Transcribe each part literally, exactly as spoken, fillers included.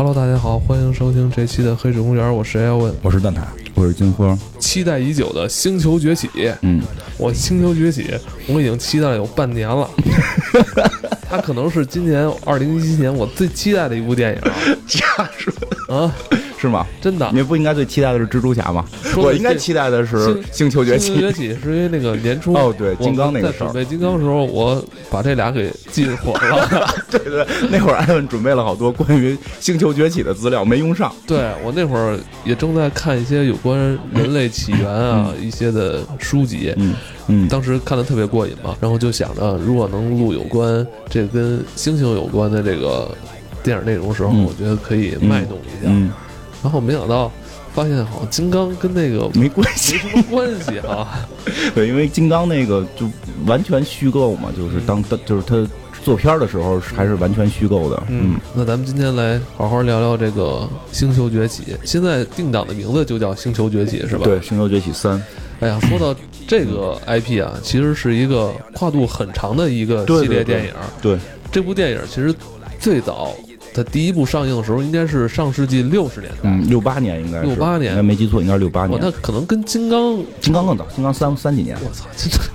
Hello， 大家好，欢迎收听这期的黑水公园，我是艾文， 我是蛋挞，我是金花。 期待已久的《星球崛起》，嗯，我《星球崛起》我已经期待了有半年了。它可能是今年二零一七年我最期待的一部电影。 瞎说啊？ 是吗？ 真的？ 你不应该最期待的是蜘蛛侠吗？我应该期待的是《星球崛起》。 星球崛起是因为那个年初哦，对，金刚那个事儿。 在准备金刚的时候，我把这俩给记混了。 对对，那会儿艾文准备了好多关于《星球崛起》的资料，没用上。 对，我那会儿也正在看一些有关人类起源啊、嗯、一些的书籍， 嗯嗯， 当时看得特别过瘾嘛，然后就想着如果能录有关这跟星星有关的这个电影内容的时候，嗯、我觉得可以脉动一下。嗯嗯，然后没想到发现好像金刚跟那个没关系， 没什么关系啊。 对，因为金刚那个就完全虚构嘛，就是当就是他做片的时候还是完全虚构的。 嗯，那咱们今天来好好聊聊这个星球崛起。现在定档的名字就叫星球崛起，是吧？ 对，星球崛起三。 哎呀，说到这个 I P 啊，其实是一个跨度很长的一个系列电影。 对，对对这部电影其实最早它第一部上映的时候应该是上世纪六十年代， 嗯，六八年应该是， 六八年， 应该没记错，应该是六八年。 那可能跟金刚， 金刚更早，金刚三三几年。 我操，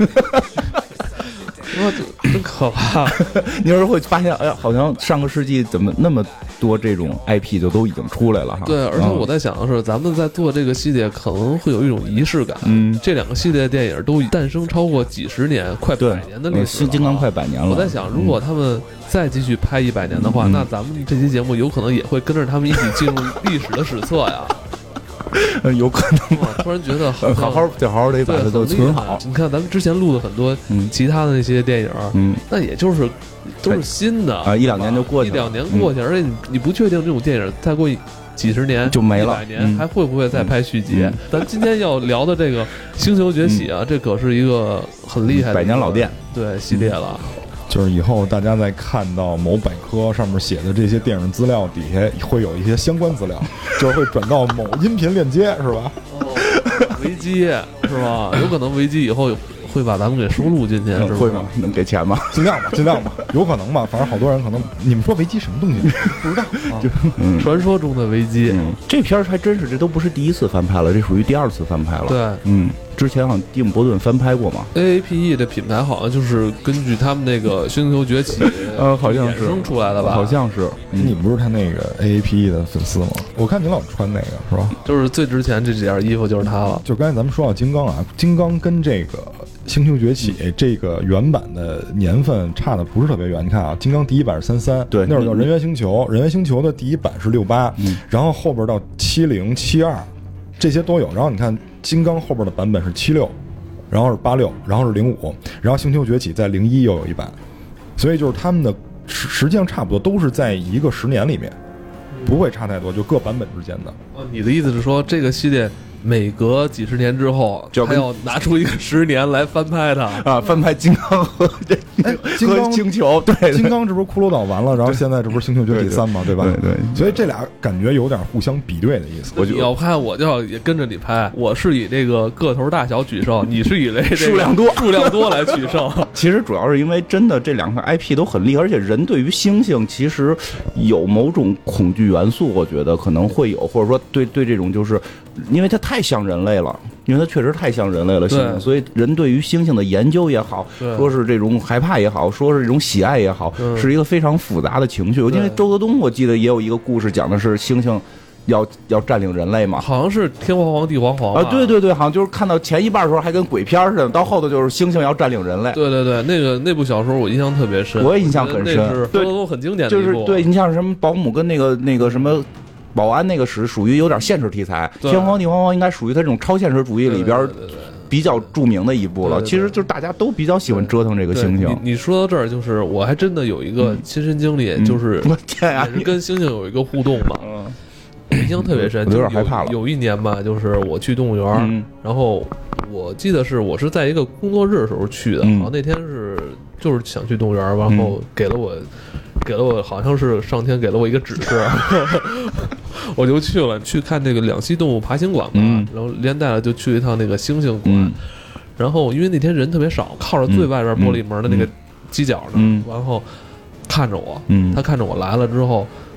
哇，真可怕！ 你有时候会发现，哎呀，好像上个世纪怎么那么多这种 I P 就都已经出来了哈。 对，而且我在想的是，咱们在做这个系列可能会有一种仪式感。嗯，这两个系列电影都诞生超过几十年，快百年的历史了。 金刚快百年了。 我在想，如果他们再继续拍一百年的话，嗯、那咱们这期节目有可能也会跟着他们一起进入历史的史册呀。 嗯，有可能。 我突然觉得好好好好好得把它都存好。 你看，咱们之前录的很多其他的那些电影，嗯，那也就是都是新的啊，一两年就过去了， 一两年过去，而且你你不确定这种电影再过几十年就没了， 一百年还会不会再拍续集？咱今天要聊的这个《星球崛起》啊，这可是一个很厉害的百年老店对系列了。 就是以后大家在看到某百科上面写的这些电影资料底下会有一些相关资料，就是会转到某音频链接，是吧？ 哦，维基是吧？有可能维基以后会把咱们给收录进去，是会吗？能给钱吗？ 尽量吧，尽量吧，有可能吧。反正好多人可能，你们说维基什么东西？不知道， 啊、就、嗯、传说中的维基。 嗯、这片儿还真是，这都不是第一次翻拍了，这属于第二次翻拍了。 对， 嗯。之前好像蒂姆·伯顿翻拍过嘛 ，A A P E 的品牌好像就是根据他们那个《星球崛起》 呃，好像是衍生出来的吧？ 好像是。 嗯、你不是他那个 A A P E 的粉丝吗？我看你老穿那个是吧？ 就是最值钱这几件衣服就是他了。 就刚才咱们说到金刚啊，金刚跟这个《星球崛起》这个原版的年份差的不是特别远。你看啊，金刚第一版是三三， 对， 那会儿叫人猿星球，人猿星球的第一版是六八、嗯，然后后边到七零、七二，这些都有。然后你看金刚后边的版本是七六。然后是八六，然后是零五，然后星球崛起在零一又有一版，所以就是他们的实际上差不多都是在一个十年里面，不会差太多，就各版本之间的。 哦，你的意思是说这个系列每隔几十年之后，他要拿出一个十年来翻拍它啊，翻拍金刚和这金刚星球，对， 金刚这不是骷髅岛完了，然后现在这不是星球崛起三吗？对吧？ 对 对, 对， 所以这俩感觉有点互相比对的意思。 我你要拍，我就要也跟着你拍。我是以这个个头大小取胜，你是以这数量多数量多来取胜。 其实主要是因为真的这两个 I P 都很厉害，而且人对于猩猩其实有某种恐惧元素，我觉得可能会有，或者说对对这种就是因为它太像人类了。因为它确实太像人类了，猩猩，所以人对于猩猩的研究也好，说是这种害怕也好，说是这种喜爱也好，是一个非常复杂的情绪。因为周德东我记得也有一个故事，讲的是猩猩要要占领人类嘛， 好像是天皇皇地皇皇啊，对对对，好像就是看到前一半的时候还跟鬼片似的，到后头就是猩猩要占领人类。 对对对，那个那部小说我印象特别深， 我也印象很深， 那是周德东很经典的一部， 就是对你像什么保姆跟那个那个什么。保安那个是属于有点现实题材，天皇地皇皇应该属于他这种超现实主义里边比较著名的一部了。 对对对， 其实就是大家都比较喜欢折腾这个猩猩。 你, 你说到这儿，就是我还真的有一个亲身经历，嗯、就是我天啊， 也是跟猩猩有一个互动嘛，嗯，印象特别深， 我有点害怕了。 有, 有一年吧，就是我去动物园，嗯、然后我记得是我是在一个工作日的时候去的，嗯、然后那天是就是想去动物园，然后给了我。嗯给了我好像是上天给了我一个指示，我就去了去看这个两栖动物爬行馆嘛，嗯、然后连带了就去一趟那个猩猩馆，嗯、然后因为那天人特别少，靠着最外边玻璃门的那个犄角呢，嗯、然后看着我，嗯、他看着我来了之后，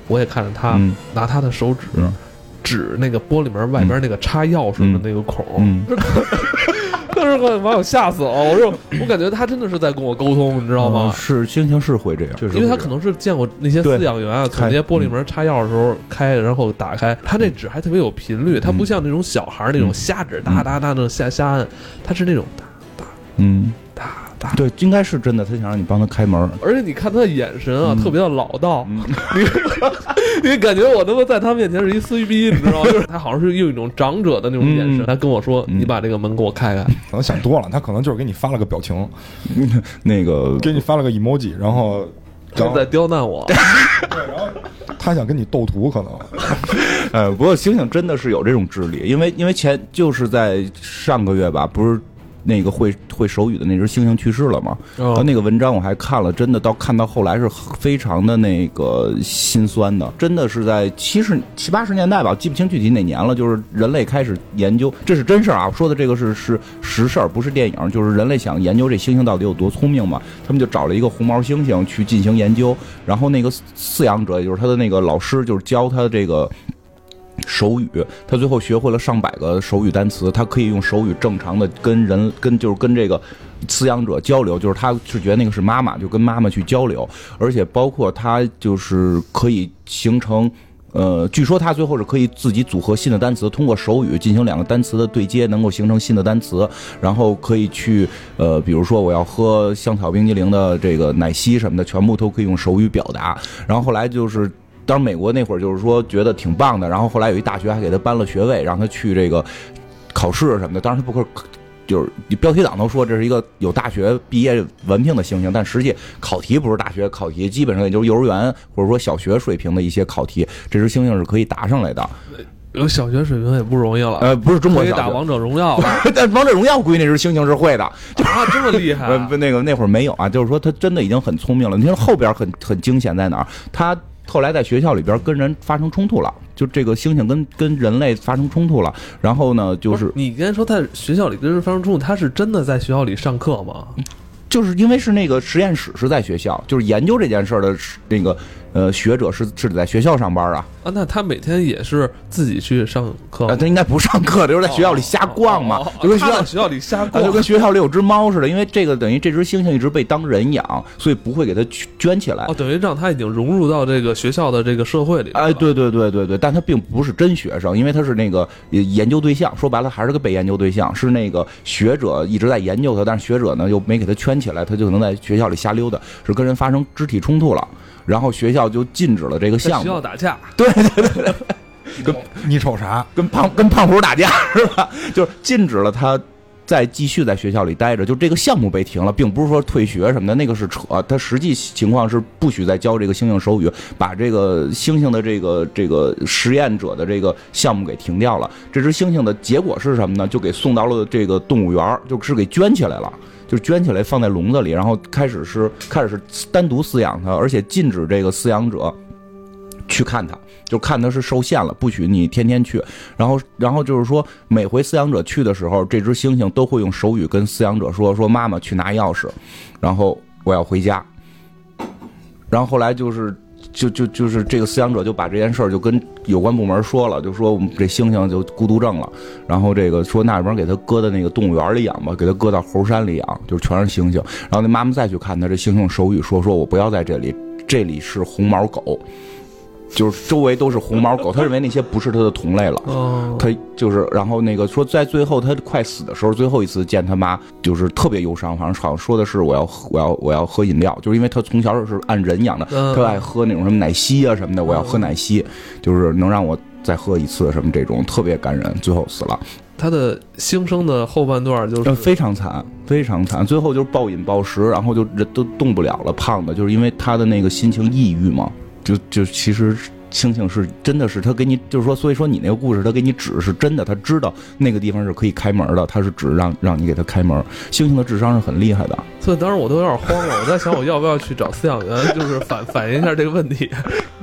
我也看着他、嗯、拿他的手指、嗯、指那个玻璃门外边那个插钥匙的那个孔。嗯嗯但是把我吓死了！我说，我感觉他真的是在跟我沟通，你知道吗？ 嗯、是猩猩是会这样， 因为他可能是见过那些饲养员啊，从那些玻璃门插钥匙的时候开，然后打开，他那指还特别有频率，他不像那种小孩那种瞎指哒哒哒那种瞎瞎按，他是那种哒哒嗯哒哒。 对，应该是真的，他想让你帮他开门。 而且你看他的眼神啊， 嗯、 特别的老道， 嗯、 你你感觉我他妈在他面前是一衰逼，你知道吗？就是他好像是用一种长者的那种眼神，嗯、他跟我说：“你把这个门给我开开。” 可能想多了，他可能就是给你发了个表情， 那个给你发了个 emoji， 然后他在刁难我。 对，然后他想跟你斗图，可能。 呃，不过猩猩真的是有这种智力，因为因为前就是在上个月吧，不是。那个会会手语的那只猩猩去世了嘛？ 哦、 他那个文章我还看了，真的到看到后来是非常的那个心酸的，真的是在七十七八十年代吧，记不清具体哪年了。就是人类开始研究，这是真事儿啊，说的这个是是实事儿，不是电影。就是人类想研究这猩猩到底有多聪明嘛，他们就找了一个红毛猩猩去进行研究，然后那个饲养者，也就是他的那个老师，就是教他这个。手语，他最后学会了上百个手语单词，他可以用手语正常的跟人跟就是跟这个饲养者交流，就是他是觉得那个是妈妈，就跟妈妈去交流，而且包括他就是可以形成呃，据说他最后是可以自己组合新的单词，通过手语进行两个单词的对接，能够形成新的单词，然后可以去呃，比如说我要喝香草冰激凌的这个奶昔什么的，全部都可以用手语表达。然后后来就是。当时美国那会儿就是说觉得挺棒的，然后后来有一大学还给他颁了学位，让他去这个考试什么的。当时他不是就是标题党都说这是一个有大学毕业文凭的猩猩，但实际考题不是大学考题，基本上也就是幼儿园或者说小学水平的一些考题，这只猩猩是可以答上来的。 有小学水平也不容易了， 呃，不是中国小学， 可以打王者荣耀了， 但王者荣耀估计那只猩猩是会的， 就啊，这么厉害、啊呃？那个那会儿没有啊，就是说他真的已经很聪明了。你看后边很很惊险在哪儿？他。后来在学校里边跟人发生冲突了，就这个猩猩跟跟人类发生冲突了。然后呢，就是你刚才说在学校里跟人发生冲突，他是真的在学校里上课吗？ 就是因为是那个实验室是在学校，就是研究这件事的那个呃学者是是在学校上班啊。 啊，那他每天也是自己去上课吗？ 啊，他应该不上课，就是在学校里瞎逛嘛， 哦哦哦、 就跟学校在学校里瞎逛， 啊，就跟学校里有只猫似的。因为这个等于这只猩猩一直被当人养，所以不会给它圈起来。 哦，等于让它已经融入到这个学校的这个社会里。 哎，对对对对对，但它并不是真学生，因为它是那个研究对象，说白了还是个被研究对象，是那个学者一直在研究它，但是学者呢又没给它圈起来，它就可能在学校里瞎溜达，是跟人发生肢体冲突了。然后学校就禁止了这个项目。 学校打架， 对对对对， 跟你瞅啥？ 跟胖跟胖虎打架是吧？就是禁止了他再继续在学校里待着，就这个项目被停了，并不是说退学什么的，那个是扯。他实际情况是不许再教这个猩猩手语，把这个猩猩的这个这个实验者的这个项目给停掉了。这只猩猩的结果是什么呢？就给送到了这个动物园，就是给圈起来了。就圈起来放在笼子里，然后开始是开始是单独饲养它，而且禁止这个饲养者去看它，就看它是受限了，不许你天天去。然后，然后就是说，每回饲养者去的时候，这只猩猩都会用手语跟饲养者说：“说妈妈去拿钥匙，然后我要回家。”然后后来就是。就就就是这个饲养者就把这件事儿就跟有关部门说了，就说我们这猩猩就孤独症了，然后这个说那要不然给它搁到那个动物园里养吧，给它搁到猴山里养，就是全是猩猩。然后那妈妈再去看它，这猩猩手语说说我不要在这里，这里是红毛狗。就是周围都是红毛狗，他认为那些不是他的同类了。 哦， 他就是，然后那个说，在最后他快死的时候，最后一次见他妈，就是特别忧伤，好像好像说的是我要我要我要喝饮料，就是因为他从小是按人养的，他爱喝那种什么奶昔啊什么的，我要喝奶昔，就是能让我再喝一次什么这种特别感人，最后死了。 他的新生的后半段就是非常惨，非常惨，最后就是暴饮暴食，然后就人都动不了了，胖的，就是因为他的那个心情抑郁嘛。就就其实猩猩是真的是他给你就是说，所以说你那个故事他给你指是真的，他知道那个地方是可以开门的，他是指让让你给他开门。猩猩的智商是很厉害的， 所以当时我都有点慌了，我在想我要不要去找饲养员，就是反反映一下这个问题。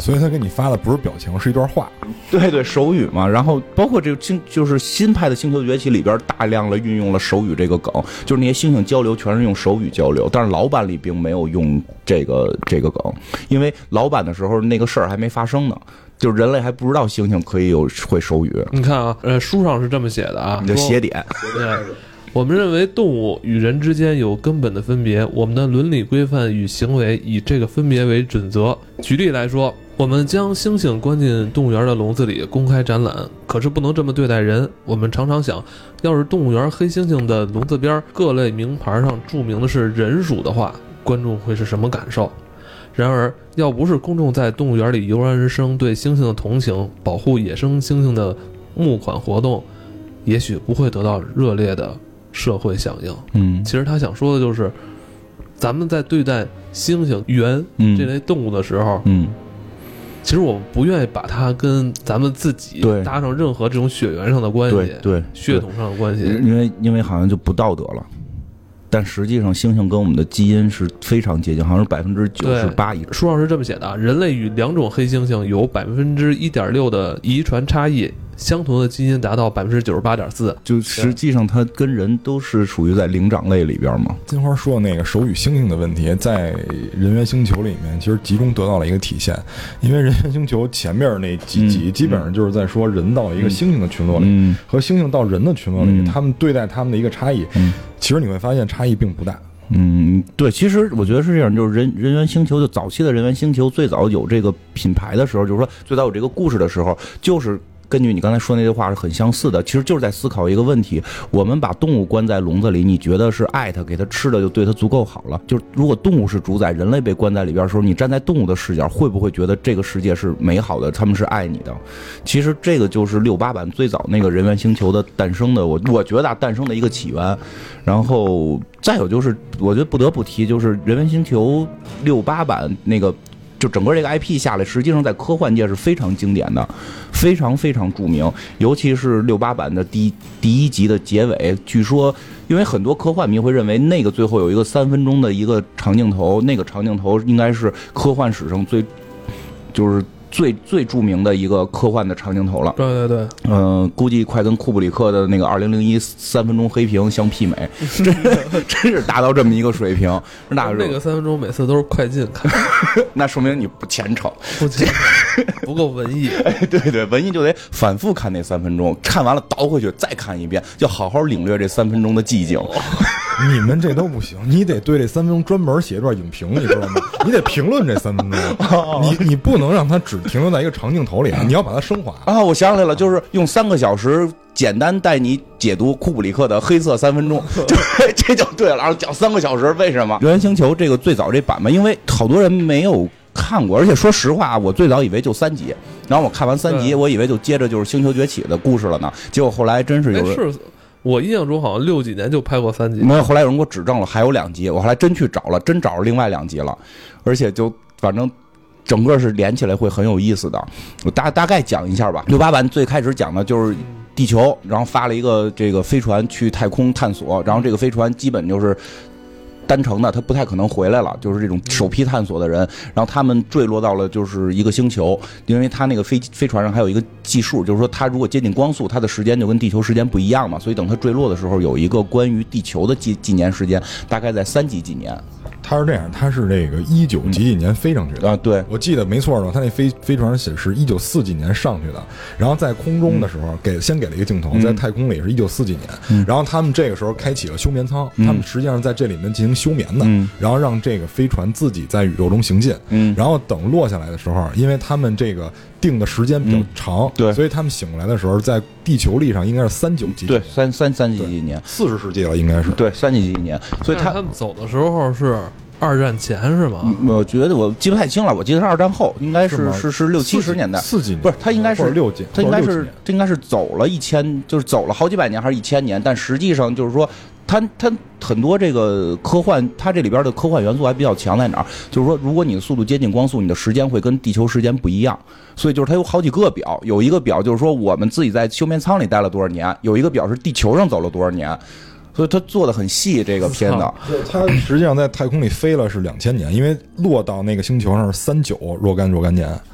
所以他给你发的不是表情，是一段话。 对对，手语嘛。然后包括这个星，就是新派的《星球崛起》里边大量的运用了手语这个梗，就是那些猩猩交流全是用手语交流，但是老版里并没有用这个这个梗，因为老版的时候那个事儿还没发生呢。就是人类还不知道猩猩可以有会手语。 你看啊，呃，书上是这么写的啊， 你的写点。 对，我们认为动物与人之间有根本的分别，我们的伦理规范与行为以这个分别为准则。举例来说，我们将猩猩关进动物园的笼子里公开展览，可是不能这么对待人。我们常常想，要是动物园黑猩猩的笼子边各类名牌上注明的是人属的话，观众会是什么感受？然而，要不是公众在动物园里油然而生对猩猩的同情，保护野生猩猩的募款活动，也许不会得到热烈的社会响应。 嗯， 其实他想说的就是，咱们在对待猩猩、猿这类动物的时候， 嗯， 其实我们不愿意把它跟咱们自己搭上任何这种血缘上的关系， 对对， 血统上的关系， 因为因为好像就不道德了。但实际上，猩猩跟我们的基因是非常接近，好像是百分之九十八以上。 书上是这么写的啊，人类与两种黑猩猩有百分之一点六的遗传差异，相同的基因达到百分之九十八点四。 就实际上，它跟人都是属于在灵长类里边嘛。 金花说的那个手语猩猩的问题，在人猿星球里面其实集中得到了一个体现，因为人猿星球前面那几集、嗯、基本上就是在说人到一个猩猩的群落里、嗯、和猩猩到人的群落里、嗯、他们对待他们的一个差异、嗯、其实你会发现差异并不大。 嗯，对，其实我觉得是这样，就是人人猿星球，就早期的人猿星球最早有这个品牌的时候，就是说最早有这个故事的时候，就是根据你刚才说那句话是很相似的，其实就是在思考一个问题：我们把动物关在笼子里，你觉得是爱它，给它吃的就对它足够好了？就是如果动物是主宰，人类被关在里边的时候，你站在动物的视角，会不会觉得这个世界是美好的？他们是爱你的？其实这个就是六八版最早那个人猿星球的诞生的，我我觉得诞生的一个起源。然后再有就是，我觉得不得不提，就是人猿星球六八版那个。就整个这个 I P 下来，实际上在科幻界是非常经典的，非常非常著名。尤其是六八版的第一第一集的结尾，据说，因为很多科幻迷会认为那个最后有一个三分钟的一个长镜头，那个长镜头应该是科幻史上最就是最最著名的一个科幻的长镜头了。 对对对， 嗯、呃，估计快跟库布里克的那个二零零一三分钟黑屏相媲美，真真是达到这么一个水平。那那个三分钟每次都是快进看， 那说明你不虔诚， 不虔诚，不够文艺。 哎，对对，文艺就得反复看那三分钟，看完了倒回去再看一遍，就好好领略这三分钟的寂静。哦你们这都不行，你得对这三分钟专门写一段影评，你知道吗？你得评论这三分钟，你你不能让它只停留在一个长镜头里，你要把它升华啊！我想起来了，就是用三个小时简单带你解读库布里克的黑色三分钟，就这就对了。然后讲三个小时，为什么？人猿星球这个最早这版嘛，因为好多人没有看过，而且说实话，我最早以为就三集，然后我看完三集，我以为就接着就是星球崛起的故事了呢，结果后来真是有人。 我印象中好像六几年就拍过三集， 没有。后来有人给我指正了，还有两集，我后来真去找了，真找着另外两集了，而且就反正整个是连起来会很有意思的。我大大概讲一下吧。六八版最开始讲的就是地球，然后发了一个这个飞船去太空探索，然后这个飞船基本就是单程的，他不太可能回来了，就是这种首批探索的人，然后他们坠落到了就是一个星球，因为他那个飞飞船上还有一个计数，就是说他如果接近光速，他的时间就跟地球时间不一样嘛，所以等他坠落的时候有一个关于地球的纪纪年时间，大概在三几几年。 他是这样，他是这个一九几几年飞上去的、 嗯、啊，对， 我记得没错的，他那飞飞船显示一九四几年上去的，然后在空中的时候给先给了一个镜头， 嗯、 在太空里是一九四几年、嗯，然后他们这个时候开启了休眠舱、嗯，他们实际上在这里面进行休眠的，嗯、然后让这个飞船自己在宇宙中行进，嗯，然后等落下来的时候，因为他们这个定的时间比较长，嗯、对，所以他们醒过来的时候，在地球历上应该是三九几， 对，三三三几几年， 四十世纪了，应该是对三几几年，所以他他们走的时候是。二战前是吗？ 我觉得我记不太清了，我记得是二战后，应该是是是六七十年代， 四几年不是他应该是六几， 他应该是他应该是走了一千，就是走了好几百年还是一千年，但实际上就是说，他他很多这个科幻，它这里边的科幻元素还比较强在哪儿？就是说，如果你的速度接近光速，你的时间会跟地球时间不一样，所以就是它有好几个表，有一个表就是说我们自己在休眠舱里待了多少年，有一个表是地球上走了多少年。所以他做的很细，这个片子。 他实际上在太空里飞了是两千年，因为落到那个星球上是三九若干若干年。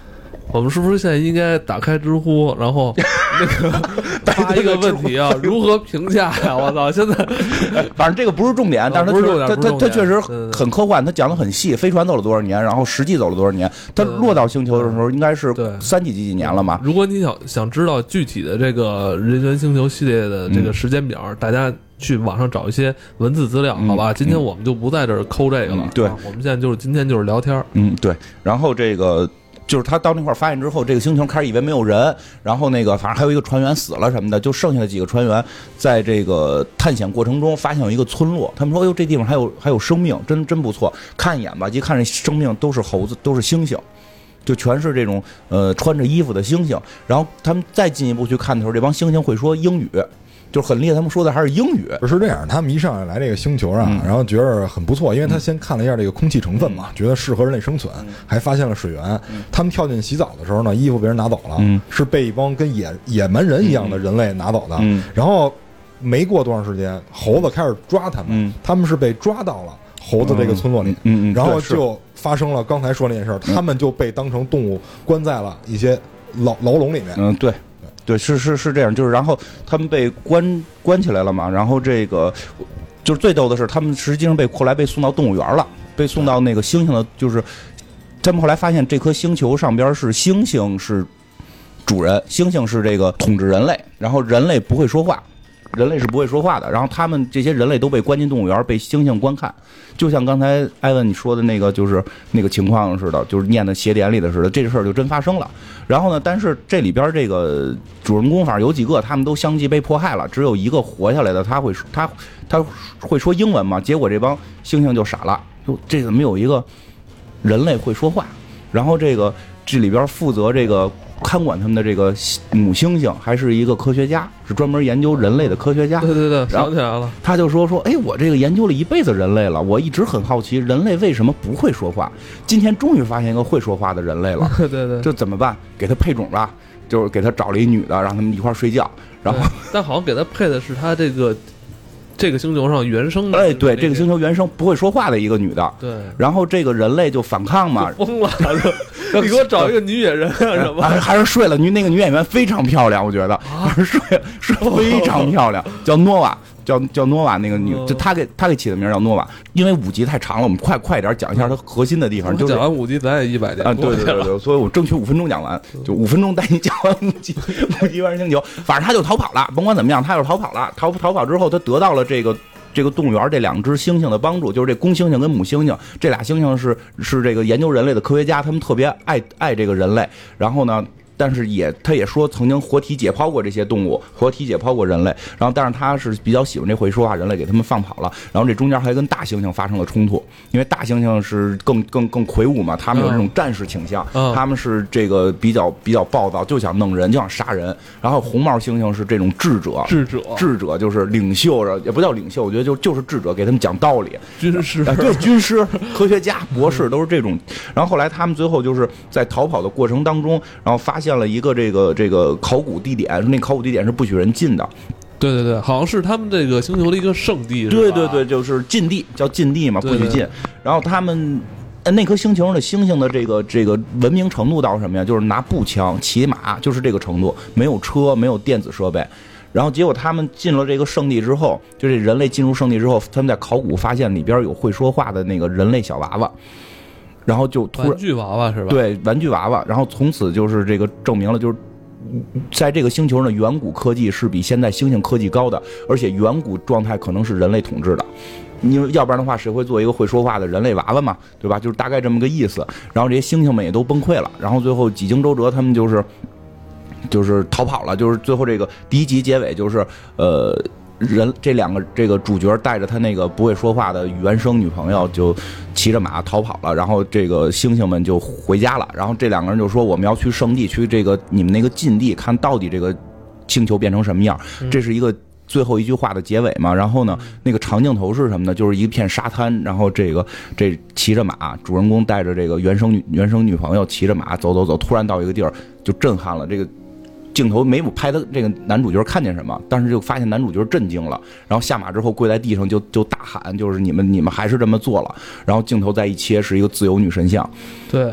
我们是不是现在应该打开知乎，然后那个发一个问题啊，如何评价呀？我操，现在反正这个不是重点，但是他他他他确实很科幻，他讲的很细，飞船走了多少年，然后实际走了多少年，他落到星球的时候应该是三几几几年了嘛。 如果你想想知道具体的这个人猿星球系列的这个时间表，嗯、大家去网上找一些文字资料，好吧？ 嗯、 今天我们就不在这儿抠这个了。 嗯、对、 啊，我们现在就是今天就是聊天。 嗯，对。然后这个。就是他到那块发现之后，这个星球开始以为没有人，然后那个反正还有一个船员死了什么的，就剩下的几个船员在这个探险过程中发现有一个村落，他们说：“哎呦，这地方还有还有生命，真真不错。”看一眼吧，一看这生命都是猴子，都是猩猩，就全是这种呃穿着衣服的猩猩。然后他们再进一步去看的时候，这帮猩猩会说英语。就是很厉害，他们说的还是英语。 是这样，他们一上来来这个星球上，嗯、然后觉得很不错，因为他先看了一下这个空气成分嘛，嗯、觉得适合人类生存，嗯、还发现了水源。嗯、他们跳进洗澡的时候呢，衣服被人拿走了，嗯、是被一帮跟野野蛮人一样的人类拿走的。嗯、然后没过多长时间，猴子开始抓他们，嗯、他们是被抓到了猴子这个村落里， 嗯嗯、 然后就发生了刚才说那件事儿，他们就被当成动物关在了一些牢牢笼里面。 嗯，对。对，是是是这样，就是然后他们被关关起来了嘛，然后这个就是最逗的是，他们实际上被后来被送到动物园了，被送到那个猩猩的，就是他们后来发现这颗星球上边是猩猩是主人，猩猩是这个统治人类，然后人类不会说话。人类是不会说话的，然后他们这些人类都被关进动物园，被猩猩观看，就像刚才艾文你说的那个，就是那个情况似的，就是念的邪典里的似的，这事儿就真发生了。然后呢，但是这里边这个主人公反正有几个，他们都相继被迫害了，只有一个活下来的，他会他他会说英文嘛？结果这帮猩猩就傻了，说这怎么有一个人类会说话？然后这个这里边负责这个。看管他们的这个母猩猩还是一个科学家，是专门研究人类的科学家。 对对对，想起来了。 他就说说，哎，我这个研究了一辈子人类了，我一直很好奇人类为什么不会说话。今天终于发现一个会说话的人类了。 对对对， 这怎么办？给他配种吧，就是给他找了一女的，让他们一块睡觉。然后， 但好像给他配的是他这个。这个星球上原生的， 哎，对，这个星球原生不会说话的一个女的， 对， 然后这个人类就反抗嘛， 疯了，你给我找一个女野人啊什么？ 还是睡了，女那个女演员非常漂亮，我觉得，还是睡了，是非常漂亮，叫诺瓦。叫叫诺瓦那个女，就她给她给起的名叫诺瓦，因为五集太长了，我们快快点讲一下它核心的地方。就是讲完五集咱也一百年啊，对对对对，所以我争取五分钟讲完，就五分钟带你讲完五集五集万星球，反正他就逃跑了，甭管怎么样，他就是逃跑了，逃逃跑之后，他得到了这个。这个动物园这两只猩猩的帮助，就是这公猩猩跟母猩猩，这俩猩猩是是这个研究人类的科学家，他们特别爱爱这个人类，然后呢。但是也，他也说曾经活体解剖过这些动物，活体解剖过人类。然后，但是他是比较喜欢这会说话人类，给他们放跑了。然后这中间还跟大猩猩发生了冲突，因为大猩猩是更更更魁梧嘛，他们有这种战士倾向， 嗯、 他们是这个比较比较暴躁，就想弄人，就想杀人。然后红帽猩猩是这种智者， 智者， 智者就是领袖，也不叫领袖，我觉得就就是智者，给他们讲道理。 军师， 对，军师、科学家、博士都是这种。然后后来他们最后就是在逃跑的过程当中，然后发现。建了一个这个这个考古地点，那考古地点是不许人进的。 对对对，好像是他们这个星球的一个圣地。 对对对，就是禁地，叫禁地嘛，不许进。对对，然后他们那颗星球上的猩猩的这个这个文明程度到什么呀？就是拿步枪、骑马，就是这个程度，没有车，没有电子设备。然后结果他们进了这个圣地之后，就这人类进入圣地之后，他们在考古发现里边有会说话的那个人类小娃娃。然后就突然玩具娃娃是吧？ 对，玩具娃娃。然后从此就是这个证明了，就是在这个星球上的远古科技是比现在猩猩科技高的，而且远古状态可能是人类统治的。因为要不然的话，谁会做一个会说话的人类娃娃嘛？对吧？就是大概这么个意思。然后这些猩猩们也都崩溃了。然后最后几经周折，他们就是就是逃跑了。就是最后这个第一集结尾就是呃。人这两个这个主角带着他那个不会说话的原生女朋友就骑着马逃跑了，然后这个猩猩们就回家了。然后这两个人就说我们要去圣地，去这个你们那个禁地，看到底这个星球变成什么样。这是一个最后一句话的结尾嘛。然后呢，那个长镜头是什么呢？就是一片沙滩，然后这个这骑着马，主人公带着这个原生女原生女朋友骑着马走走走，突然到一个地儿就震撼了。这个镜头没有拍的这个男主角看见什么，但是就发现男主角震惊了，然后下马之后跪在地上就就大喊，就是你们你们还是这么做了。然后镜头再一切是一个自由女神像， 对，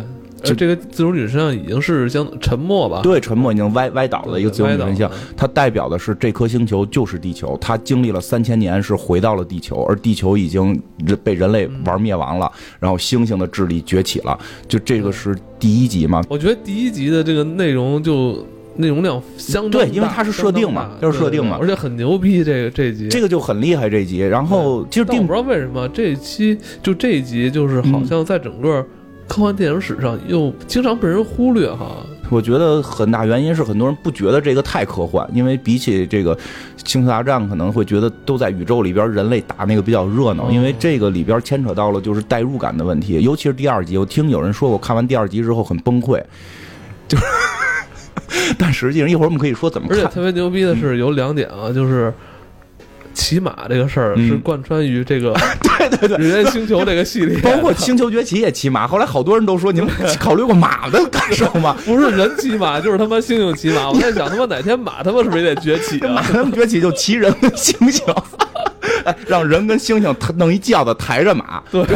呃、这个自主女神像已经是相沉没吧？ 对，沉没已经歪歪倒的一个自主女神像，它代表的是这颗星球就是地球，它经历了三千年是回到了地球，而地球已经被人类玩灭亡了，嗯、然后猩猩的智力崛起了，就这个是第一集嘛？ 我觉得第一集的这个内容就。内容量相当对，因为它是设定嘛，就是设定嘛， 而且很牛逼。这个这一集， 这个就很厉害。这一集，然后其实我不知道为什么这一期就这一集，就是好像在整个科幻电影史上又经常被人忽略哈。 我觉得很大原因是很多人不觉得这个太科幻，因为比起这个星球大战，可能会觉得都在宇宙里边，人类打那个比较热闹。因为这个里边牵扯到了就是代入感的问题，尤其是第二集，我听有人说我看完第二集之后很崩溃，就是。但实际上，一会儿我们可以说怎么看。 而且特别牛逼的是有两点啊，就是骑马这个事儿是贯穿于这个、 嗯、对对对人猿星球这个系列， 包括星球崛起也骑马。后来好多人都说，你们考虑过马的感受吗？ 不是人骑马，就是他妈猩猩骑马。我在想，他妈哪天马他妈是不是也得崛起啊？ 马他们崛起就骑人跟猩猩，哎，让人跟猩猩弄一轿子抬着马。 对。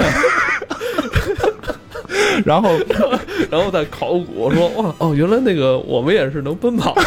然后， 然后再考古说哇哦，原来那个我们也是能奔跑的。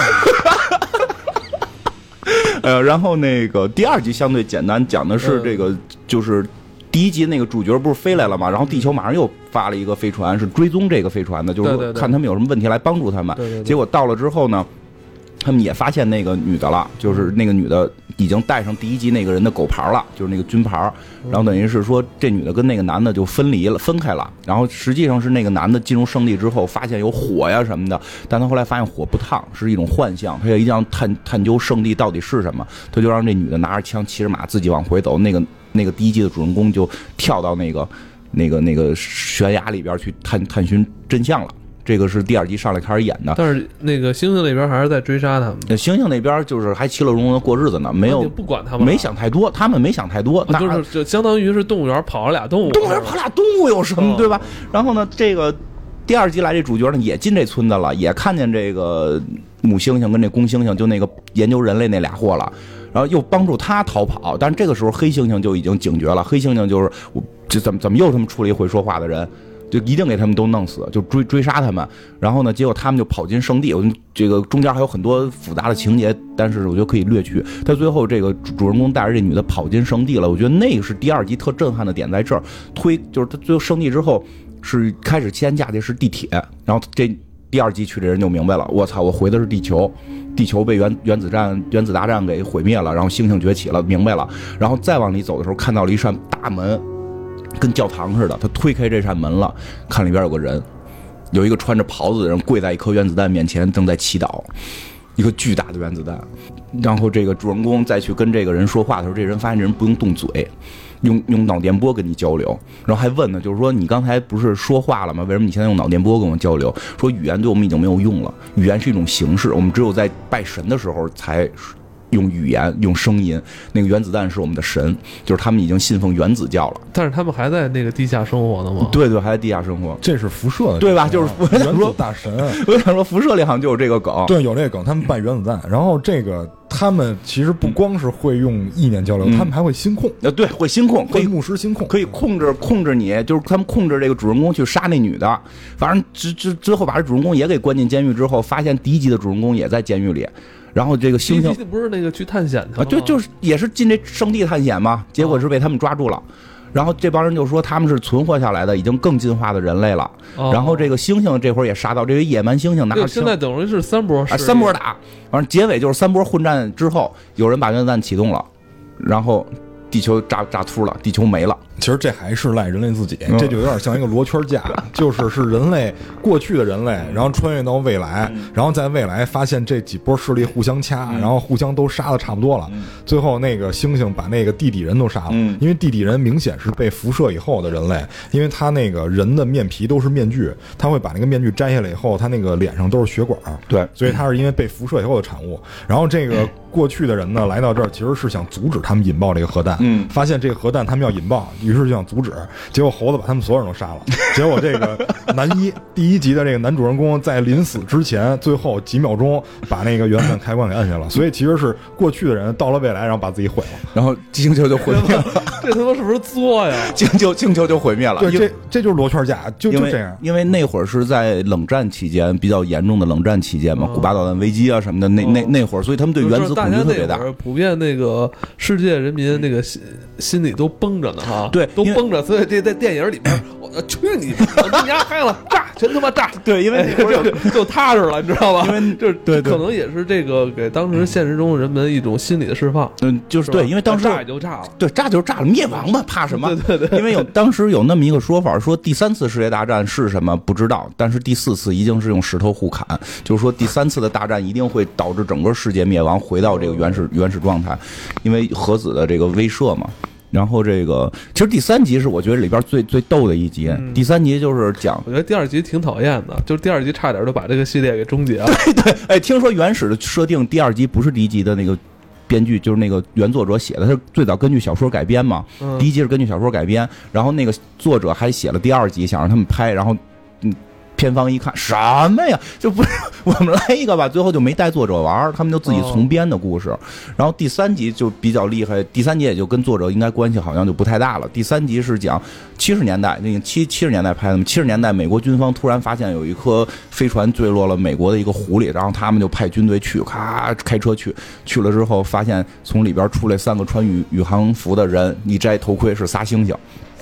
呃，然后那个第二集相对简单，讲的是这个、嗯、就是第一集那个主角不是飞来了嘛，然后地球马上又发了一个飞船，是追踪这个飞船的，就是说看他们有什么问题来帮助他们。 对对对， 结果到了之后呢，他们也发现那个女的了，就是那个女的已经带上第一集那个人的狗牌了，就是那个军牌，然后等于是说这女的跟那个男的就分离了，分开了。然后实际上是那个男的进入圣地之后，发现有火呀什么的，但他后来发现火不烫，是一种幻象，他也一定要探探究圣地到底是什么，他就让这女的拿着枪骑着马自己往回走。那个那个第一集的主人公就跳到那个那个那个悬崖里边去探探寻真相了。这个是第二集上来开始演的， 但是那个猩猩那边还是在追杀他们。 猩猩那边就是还其乐融融的过日子呢，没有不管他们， 没想太多，他们没想太多， 啊、就是就相当于是动物园跑了俩动物， 动物园跑俩动物有什么、哦、对吧？然后呢，这个第二集来这主角呢也进这村子了，也看见这个母猩猩跟这公猩猩就那个研究人类那俩货了。然后又帮助他逃跑，但是这个时候黑猩猩就已经警觉了，黑猩猩就是我这怎么怎么又他们出了一会说话的人。就一定给他们都弄死，就追追杀他们。然后呢，结果他们就跑进圣地。我这个中间还有很多复杂的情节，但是我觉得可以略去。但最后这个主人公带着这女的跑进圣地了，我觉得那个是第二集特震撼的点在这儿。推就是他最后圣地之后是开始先架的是地铁，然后这第二集去的人就明白了，我操，我回的是地球。地球被原原子战原子大战给毁灭了，然后猩猩崛起了，明白了。然后再往里走的时候，看到了一扇大门。跟教堂似的，他推开这扇门了，看里边有个人，有一个穿着袍子的人跪在一颗原子弹面前，正在祈祷，一个巨大的原子弹。然后这个主人公再去跟这个人说话的时候，这人发现这人不用动嘴，用用脑电波跟你交流，然后还问呢，就是说你刚才不是说话了吗？为什么你现在用脑电波跟我交流？说语言对我们已经没有用了，语言是一种形式，我们只有在拜神的时候才用语言用声音。那个原子弹是我们的神，就是他们已经信奉原子教了， 但是他们还在那个地下生活呢吗？ 对对，还在地下生活。 这是辐射的， 对吧？就是我想说大神， 我想说辐射里好像就有这个梗， 对，有这个梗，他们拜原子弹。然后这个他们其实不光是会用意念交流，嗯、他们还会心控， 呃，对，会心控，可以牧师心控， 可以控制控制你，就是他们控制这个主人公去杀那女的。反正之之之后把这主人公也给关进监狱之后，发现第一集的主人公也在监狱里。然后这个猩猩不是那个去探险的啊，就就是也是进这圣地探险嘛，结果是被他们抓住了。然后这帮人就说他们是存活下来的，已经更进化的人类了。哦、然后这个猩猩这会儿也杀到，这个野蛮猩猩拿着枪， 现在等于是三波啊，三波打。反正结尾就是三波混战之后，有人把原子弹启动了，然后地球炸炸秃了，地球没了。 其实这还是赖人类自己，这就有点像一个罗圈架，就是是人类过去的人类，然后穿越到未来，然后在未来发现这几波势力互相掐，然后互相都杀的差不多了，最后那个猩猩把那个地底人都杀了，因为地底人明显是被辐射以后的人类，因为他那个人的面皮都是面具，他会把那个面具摘下来以后，他那个脸上都是血管， 对， 所以他是因为被辐射以后的产物。然后这个过去的人呢来到这儿，其实是想阻止他们引爆这个核弹，嗯，发现这个核弹他们要引爆，于是就想阻止，结果猴子把他们所有人都杀了。 结果这个男一第一集的这个男主人公在临死之前最后几秒钟把那个原本开关给摁下了，所以其实是过去的人到了未来，然后把自己毁了， 然后星球就毁灭了。 这他妈是不是作呀？ 星球星球就毁灭了。 对，这这就是罗圈架，就就这样。 因为那会儿是在冷战期间，比较严重的冷战期间嘛，古巴导弹危机啊什么的，那那那会儿，所以他们对原子恐惧特别大。 普遍那个世界人民那个心心里都绷着呢哈， 对， 都绷着，所以这在电影里面，我去你，我跟你家嗨了，炸，全他妈炸。 对，因为那会儿就就踏实了，你知道吧？ 因为就是对， 可能也是这个给当时现实中人们一种心理的释放。 嗯，就是对，因为当时炸也就炸了， 对，炸就是炸了，灭亡吧，怕什么？ 对对对， 因为有当时有那么一个说法，说第三次世界大战是什么不知道，但是第四次一定是用石头互砍，就是说第三次的大战一定会导致整个世界灭亡，回到这个原始原始状态，因为核子的这个威慑嘛。然后这个其实第三集是我觉得里边最最逗的一集，嗯、第三集就是讲， 我觉得第二集挺讨厌的，就是第二集差点就把这个系列给终结了。 对对，哎，听说原始的设定第二集不是第一集的那个编剧，就是那个原作者写的，他是最早根据小说改编嘛，嗯、第一集是根据小说改编，然后那个作者还写了第二集，想让他们拍，然后嗯。片方一看什么呀，就不是我们来一个吧，最后就没带作者玩，他们就自己重编的故事。哦、然后第三集就比较厉害，第三集也就跟作者应该关系好像就不太大了。第三集是讲七十年代，那个七七十年代拍的嘛，七十年代美国军方突然发现有一颗飞船坠落了美国的一个湖里，然后他们就派军队去，咔开车去，去了之后发现从里边出来三个穿宇宇航服的人，一摘头盔是仨猩猩。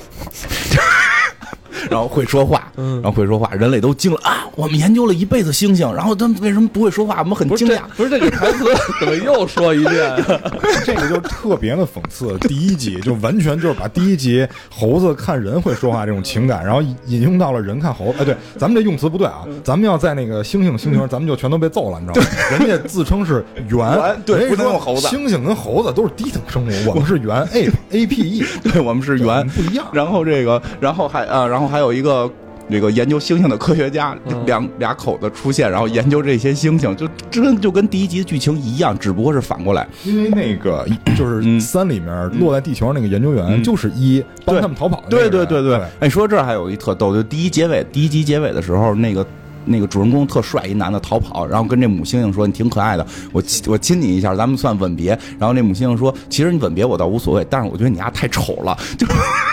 然后会说话，然后会说话，人类都惊了啊！我们研究了一辈子猩猩，然后他们为什么不会说话？我们很惊讶。 不是这个台词怎么又说一遍？ 这个就特别的讽刺。第一集就完全就是把第一集猴子看人会说话这种情感，然后引用到了人看猴子。哎，对，咱们这用词不对啊！咱们要在那个猩猩猩猩，咱们就全都被揍了，你知道吗？人家自称是猿， 对，不能用猴子。 猩猩跟猴子都是低等生物，我们是猿 A A P E， 对，我们是猿， 不一样。 然后这个，然后还啊，然后还有一个这个研究猩猩的科学家，两俩口子出现，然后研究这些猩猩，就真就跟第一集的剧情一样，只不过是反过来。 因为那个就是三里面落在地球上那个研究员，嗯、就是一帮他们逃跑的那个人。 对对对对。哎，说这还有一特逗，就第一结尾，第一集结尾的时候，那个。那个主人公特帅，一男的逃跑，然后跟这母猩猩说：“你挺可爱的，我我亲你一下，咱们算吻别。”然后那母猩猩说：“其实你吻别我倒无所谓，但是我觉得你丫太丑了。”就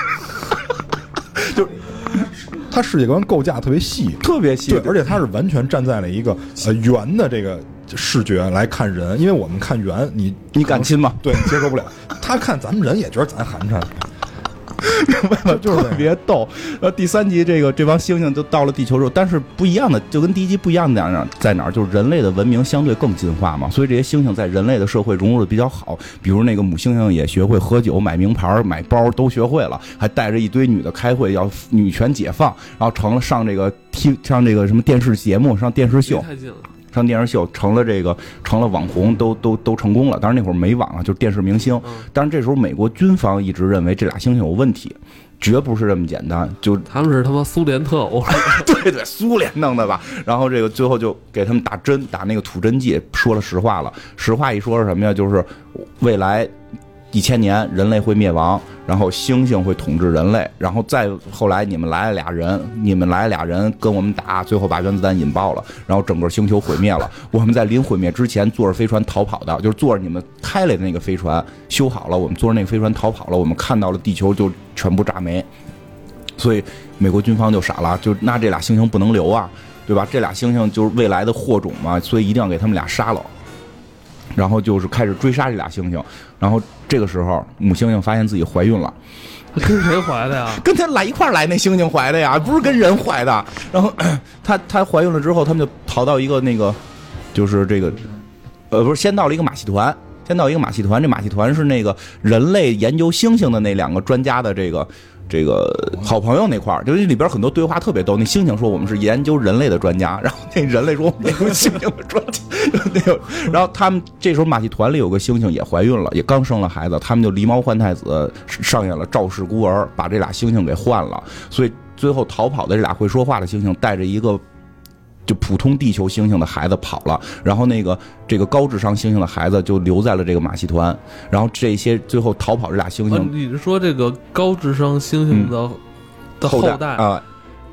就他世界观构架特别细， 特别细， 对，而且他是完全站在了一个呃圆的这个视觉来看人，因为我们看圆，你你敢亲吗？ 对，你接受不了。他看咱们人也觉得咱寒碜。 就是特别逗。然后第三集这个这帮猩猩就到了地球之后，但是不一样的，就跟第一集不一样的在哪在哪儿？就是人类的文明相对更进化嘛，所以这些猩猩在人类的社会融入的比较好。比如那个母猩猩也学会喝酒、买名牌、买包都学会了，还带着一堆女的开会，要女权解放，然后成了上这个 T 上这个什么电视节目、上电视秀。 太近了。 上电视秀成了这个成了网红，都都都成功了。当然那会儿没网啊，就是电视明星。但是这时候美国军方一直认为这俩猩猩有问题，绝不是这么简单。就他们是他妈苏联特务， 对对，苏联弄的吧。然后这个最后就给他们打针，打那个土针剂，说了实话了。实话一说是什么呀？就是未来一千年人类会灭亡，然后猩猩会统治人类，然后再后来你们来了俩人，你们来了俩人跟我们打，最后把原子弹引爆了，然后整个星球毁灭了。我们在临毁灭之前坐着飞船逃跑的，就是坐着你们开来的那个飞船修好了，我们坐着那个飞船逃跑了，我们看到了地球就全部炸没。所以美国军方就傻了，就那这俩猩猩不能留啊，对吧？这俩猩猩就是未来的祸种嘛，所以一定要给他们俩杀了。然后就是开始追杀这俩猩猩，然后这个时候母猩猩发现自己怀孕了。 跟谁怀的呀？ 跟他来一块来那猩猩怀的呀，不是跟人怀的。然后她她怀孕了之后，他们就逃到一个那个，就是这个，呃，不是先到了一个马戏团，先到一个马戏团。这马戏团是那个人类研究猩猩的那两个专家的这个。这个好朋友那块儿，就是里边很多对话特别逗。那猩猩说我们是研究人类的专家，然后那人类说我们研究猩猩的专家。那个，然后他们这时候马戏团里有个猩猩也怀孕了，也刚生了孩子，他们就狸猫换太子，上演了赵氏孤儿，把这俩猩猩给换了。所以最后逃跑的这俩会说话的猩猩带着一个就普通地球猩猩的孩子跑了，然后那个这个高智商猩猩的孩子就留在了这个马戏团，然后这些最后逃跑这俩猩猩， 啊、你是说这个高智商猩猩的、嗯、的后代啊？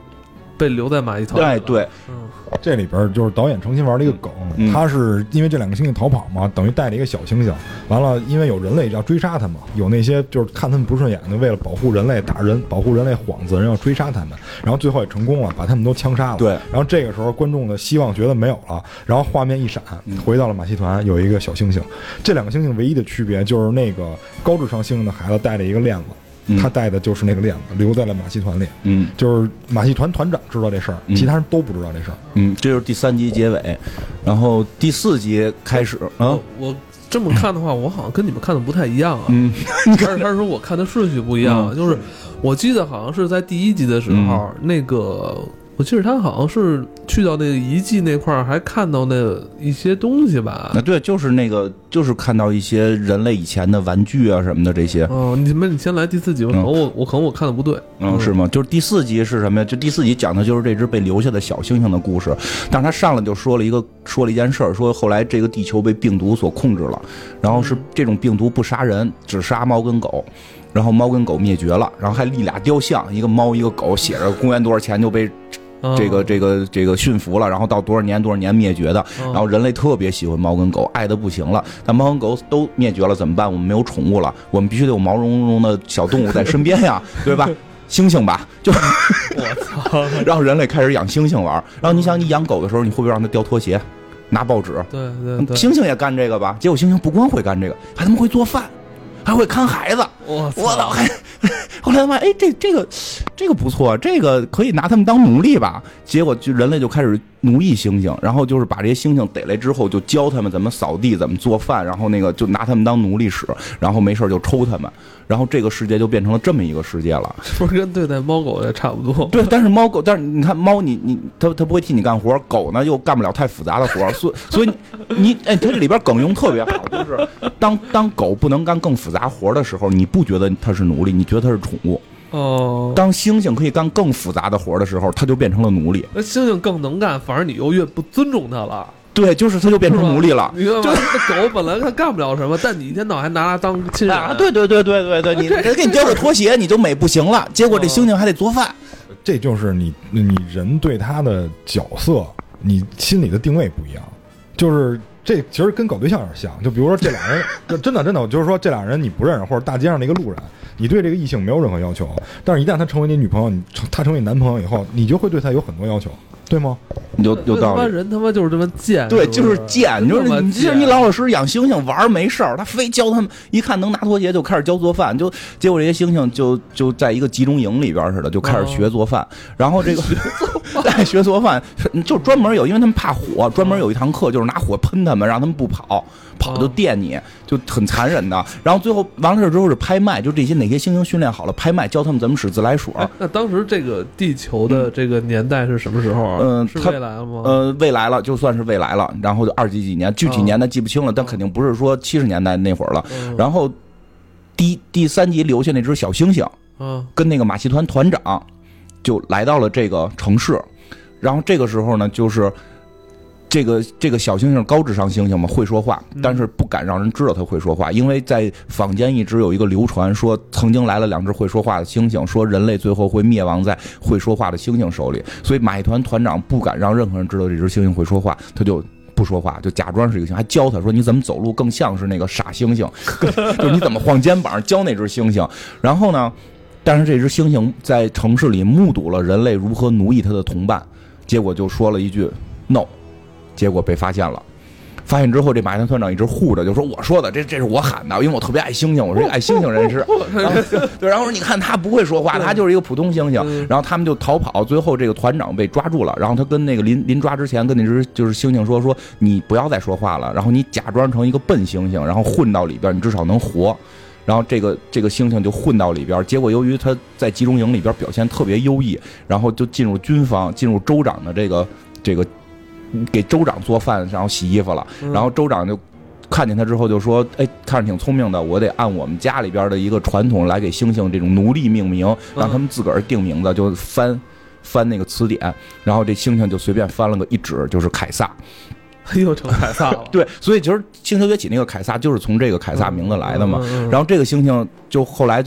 被留在马戏团。 哎，对， 嗯， 这里边就是导演诚心玩的一个梗， 嗯、 他是因为这两个猩猩逃跑嘛，等于带了一个小猩猩，完了因为有人类要追杀他们，有那些就是看他们不顺眼的，为了保护人类打人，保护人类幌子人要追杀他们，然后最后也成功了，把他们都枪杀了。 对， 然后这个时候观众的希望觉得没有了，然后画面一闪，回到了马戏团，有一个小猩猩。这两个猩猩唯一的区别就是那个高智商猩猩的孩子带了一个链子。他带的就是那个链子，留在了马戏团里。嗯，就是马戏团团长知道这事儿，嗯、其他人都不知道这事儿。 嗯，这就是第三集结尾，然后第四集开始啊。 我这么看的话，我好像跟你们看的不太一样啊。 嗯， 但是他说我看的顺序不一样，嗯、就是我记得好像是在第一集的时候，嗯、那个。我记得他好像是去到那个遗迹那块儿，还看到那一些东西吧？ 啊，对，就是那个，就是看到一些人类以前的玩具啊什么的这些。 哦，你们你先来第四集吧，可能我我可能我看的不对。 嗯，是吗？就是第四集是什么呀？就第四集讲的就是这只被留下的小猩猩的故事。但是他上来就说了一个说了一件事儿，说后来这个地球被病毒所控制了，然后是这种病毒不杀人，只杀猫跟狗。然后猫跟狗灭绝了，然后还立俩雕像，一个猫一个狗，写着公元多少钱就被这个这个这个驯服了，然后到多少年多少年灭绝的。然后人类特别喜欢猫跟狗，爱的不行了。但猫跟狗都灭绝了怎么办？我们没有宠物了，我们必须得有毛茸茸的小动物在身边呀，对吧？猩猩吧，就我操！ 让人类开始养猩猩玩。然后你想，你养狗的时候，你会不会让它掉拖鞋、拿报纸？ 对对对， 猩猩也干这个吧？结果猩猩不光会干这个，还他妈会做饭。还会看孩子， 我操！还后来他妈，哎，这这个这个不错，这个可以拿他们当奴隶吧？结果就人类就开始奴役猩猩，然后就是把这些猩猩逮来之后，就教他们怎么扫地、怎么做饭，然后那个就拿他们当奴隶使，然后没事就抽他们，然后这个世界就变成了这么一个世界了。 不是跟对待猫狗也差不多？ 对，但是猫狗，但是你看猫，你你它它不会替你干活，狗呢又干不了太复杂的活，所以所以你哎，它这里边梗用特别好，就是当当狗不能干更复杂活的时候，你不觉得它是奴隶，你觉得它是宠物。 哦， 当猩猩可以干更复杂的活的时候，它就变成了奴隶。 那猩猩更能干，反而你又越不尊重它了。 对，就是它就变成奴隶了。 你看，这狗本来它干不了什么，但你一天到晚还拿它当亲人。 啊，对对对对对对，你给你叼个拖鞋，你就美不行了。结果这猩猩还得做饭。 这就是你你人对它的角色，你心里的定位不一样。就是这其实跟搞对象有点像。就比如说这俩人，真的真的，就是说这俩人你不认识，或者大街上的一个路人。你对这个异性没有任何要求，但是一旦他成为你女朋友，你他成为你男朋友以后，你就会对他有很多要求，对吗？ 有有道理。 他妈人他妈就是这么贱， 对，就是贱。就是你，其实你老老实实养猩猩玩没事儿，他非教他们，一看能拿拖鞋就开始教做饭，就结果这些猩猩就就在一个集中营里边似的，就开始学做饭。然后这个在学做饭，就专门有，因为他们怕火，专门有一堂课就是拿火喷他们，让他们不跑。跑就电你，就很残忍的。然后最后完了事之后是拍卖，就这些哪些猩猩训练好了拍卖，教他们怎么使自来水。 那当时这个地球的这个年代是什么时候啊？ 嗯， 是未来了吗？ 呃，未来了，就算是未来了。然后就二几几年，具体年代记不清了，但肯定不是说七十年代那会儿了。然后第第三集留下那只小猩猩，嗯，跟那个马戏团团长就来到了这个城市。然后这个时候呢，就是。这个这个小猩猩高智商猩猩嘛，会说话，但是不敢让人知道他会说话，因为在坊间一直有一个流传说，曾经来了两只会说话的猩猩，说人类最后会灭亡在会说话的猩猩手里，所以马戏团团长不敢让任何人知道这只猩猩会说话，他就不说话，就假装是一个猩猩，还教他说你怎么走路更像是那个傻猩猩，就你怎么晃肩膀，教那只猩猩。然后呢，但是这只猩猩在城市里目睹了人类如何奴役他的同伴，结果就说了一句 no。结果被发现了，发现之后，这马戏团团长一直护着，就说：“我说的，这这是我喊的，因为我特别爱猩猩，我是一个爱猩猩人士。”然后对，然后说：“你看他不会说话，他就是一个普通猩猩。”然后他们就逃跑，最后这个团长被抓住了。然后他跟那个临临抓之前，跟那只就是猩猩说：“说你不要再说话了，然后你假装成一个笨猩猩，然后混到里边，你至少能活。”然后这个这个猩猩就混到里边，结果由于他在集中营里边表现特别优异，然后就进入军方，进入州长的这个这个。给州长做饭，然后洗衣服了，然后州长就看见他之后就说：“哎，看着挺聪明的，我得按我们家里边的一个传统来给猩猩这种奴隶命名，让他们自个儿定名字。”就翻翻那个词典，然后这猩猩就随便翻了个一指，就是凯撒。 又成凯撒了。 对，所以其实《星球崛起》那个凯撒就是从这个凯撒名字来的嘛。然后这个猩猩就后来就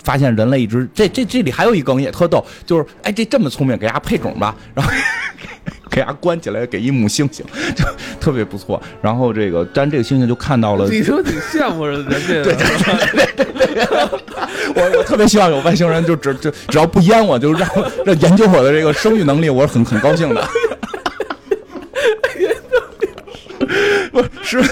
发现人类一直这这这里还有一梗也特逗，就是哎这这么聪明，给伢配种吧，然后给伢关起来，给一母猩猩，就特别不错。然后这个，但这个猩猩就看到了， 你说挺羡慕人家， 对对对对对对，我我特别希望有外星人就只只只要不淹我，就让让研究我的这个生育能力，我是很很高兴的。不是。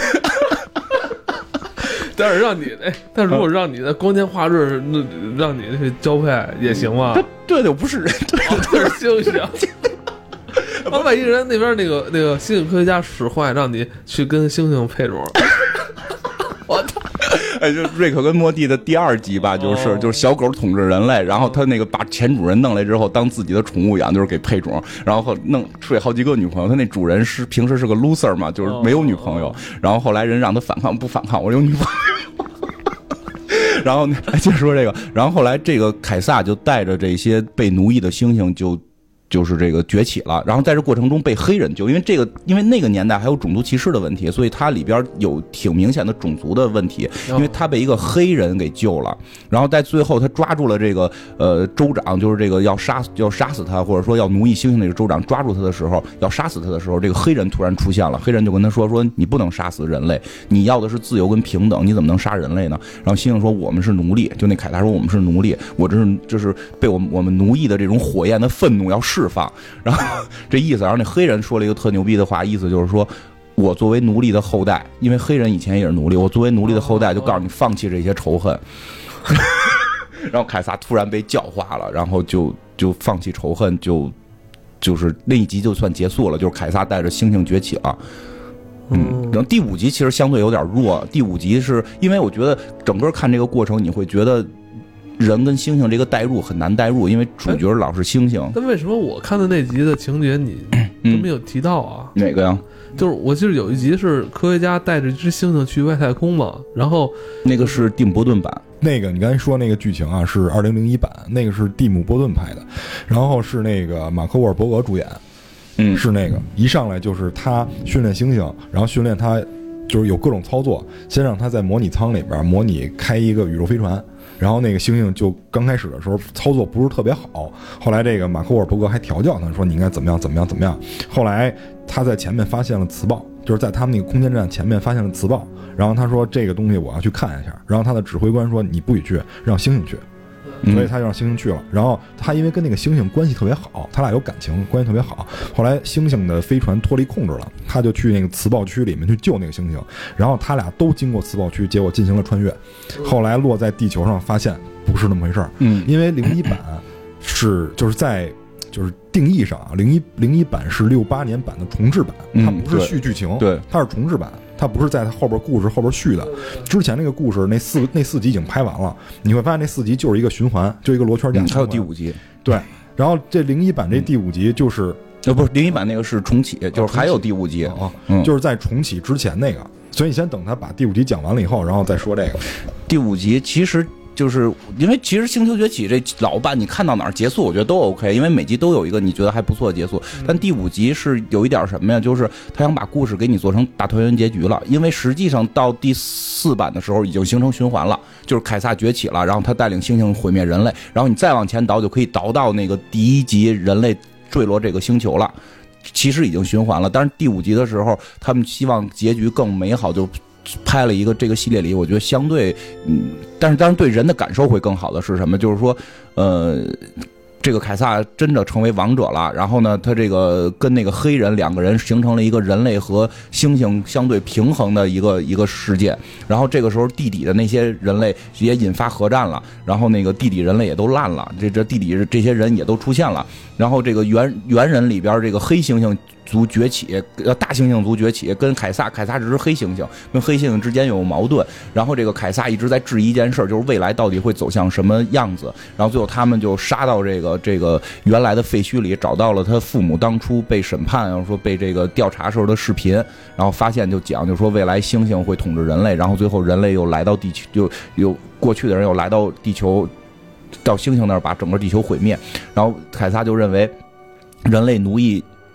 但是让你哎，但如果让你的光天化日，那让你去交配也行吗？ 对的，我不是人，对的， 对是猩猩。他万一人那边那个那个猩猩科学家使坏，让你去跟猩猩配种，我操！ 哎，就瑞克跟莫蒂的第二集吧，就是就是小狗统治人类，然后他那个把前主人弄来之后当自己的宠物养，就是给配种，然后弄睡好几个女朋友。他那主人是平时是个 loser 嘛，就是没有女朋友，然后后来人让他反抗，不反抗，我有女朋友。然后来接着说这个，然后后来这个凯撒就带着这些被奴役的猩猩就。就是这个崛起了，然后在这过程中被黑人救，因为这个，因为那个年代还有种族歧视的问题，所以它里边有挺明显的种族的问题，因为他被一个黑人给救了，然后在最后他抓住了这个呃州长，就是这个要杀要杀死他，或者说要奴役猩猩那个州长，抓住他的时候，要杀死他的时候，这个黑人突然出现了，黑人就跟他说说你不能杀死人类，你要的是自由跟平等，你怎么能杀人类呢？然后猩猩说我们是奴隶，就那凯撒说我们是奴隶，我这是就是被我们我们奴役的这种火焰的愤怒要释放，然后这意思，然后那黑人说了一个特牛逼的话，意思就是说，我作为奴隶的后代，因为黑人以前也是奴隶，我作为奴隶的后代，就告诉你放弃这些仇恨。然后凯撒突然被教化了，然后就就放弃仇恨，就就是那一集就算结束了，就是凯撒带着猩猩崛起了。嗯，然后第五集其实相对有点弱，第五集是因为我觉得整个看这个过程，你会觉得。人跟猩猩这个代入很难代入，因为主角老是猩猩。 但为什么我看的那集的情节你都没有提到啊？ 嗯、哪个呀？ 就是我记得有一集是科学家带着一只猩猩去外太空嘛，然后那个是蒂姆·波顿版。 那个你刚才说那个剧情啊，是二零零一版，那个是蒂姆·波顿拍的，然后是那个马克·沃尔伯格主演。 嗯， 是那个一上来就是他训练猩猩，然后训练他就是有各种操作，先让他在模拟舱里边模拟开一个宇宙飞船。然后那个猩猩就刚开始的时候操作不是特别好，后来这个马克沃尔伯格还调教他说你应该怎么样怎么样怎么样。后来他在前面发现了磁暴，就是在他们那个空间站前面发现了磁暴，然后他说这个东西我要去看一下，然后他的指挥官说你不许去，让猩猩去。所以他就让猩猩去了，然后他因为跟那个猩猩关系特别好，他俩有感情，关系特别好。后来猩猩的飞船脱离控制了，他就去那个磁暴区里面去救那个猩猩，然后他俩都经过磁暴区，结果进行了穿越。后来落在地球上，发现不是那么回事儿。嗯，因为零一版是就是在就是定义上啊，零一零一版是六八年版的重制版，它不是续剧情， 对， 它是重制版。它不是在它后边故事后边续的，之前那个故事那四那四集已经拍完了，你会发现那四集就是一个循环，就一个罗圈架。 还有第五集， 对，然后这零一版这第五集就是， 呃，不是零一版那个是重启，就是还有第五集啊，就是在重启之前那个，所以你先等他把第五集讲完了以后，然后再说这个。 第五集其实。就是因为其实《星球崛起》这老版你看到哪儿结束，我觉得都 OK， 因为每集都有一个你觉得还不错的结束。但第五集是有一点什么呀？就是他想把故事给你做成大团圆结局了，因为实际上到第四版的时候已经形成循环了，就是凯撒崛起了，然后他带领猩猩毁灭人类，然后你再往前倒就可以倒到那个第一集人类坠落这个星球了，其实已经循环了。但是第五集的时候，他们希望结局更美好，就。拍了一个这个系列里，我觉得相对，嗯，但是当然对人的感受会更好的是什么？就是说，呃，这个凯撒真的成为王者了。然后呢，他这个跟那个黑人两个人形成了一个人类和猩猩相对平衡的一个一个世界。然后这个时候地底的那些人类也引发核战了，然后那个地底人类也都烂了，这这地底这些人也都出现了。然后这个猿猿人里边这个黑猩猩族崛起，呃，大猩猩族崛起，跟凯撒，凯撒只是黑猩猩，跟黑猩猩之间有矛盾。然后这个凯撒一直在质疑一件事，就是未来到底会走向什么样子。然后最后他们就杀到这个这个原来的废墟里，找到了他父母当初被审判，然后说被这个调查时候的视频，然后发现就讲，就说未来猩猩会统治人类，然后最后人类又来到地球，就有过去的人又来到地球，到猩猩那儿把整个地球毁灭。然后凯撒就认为人类奴役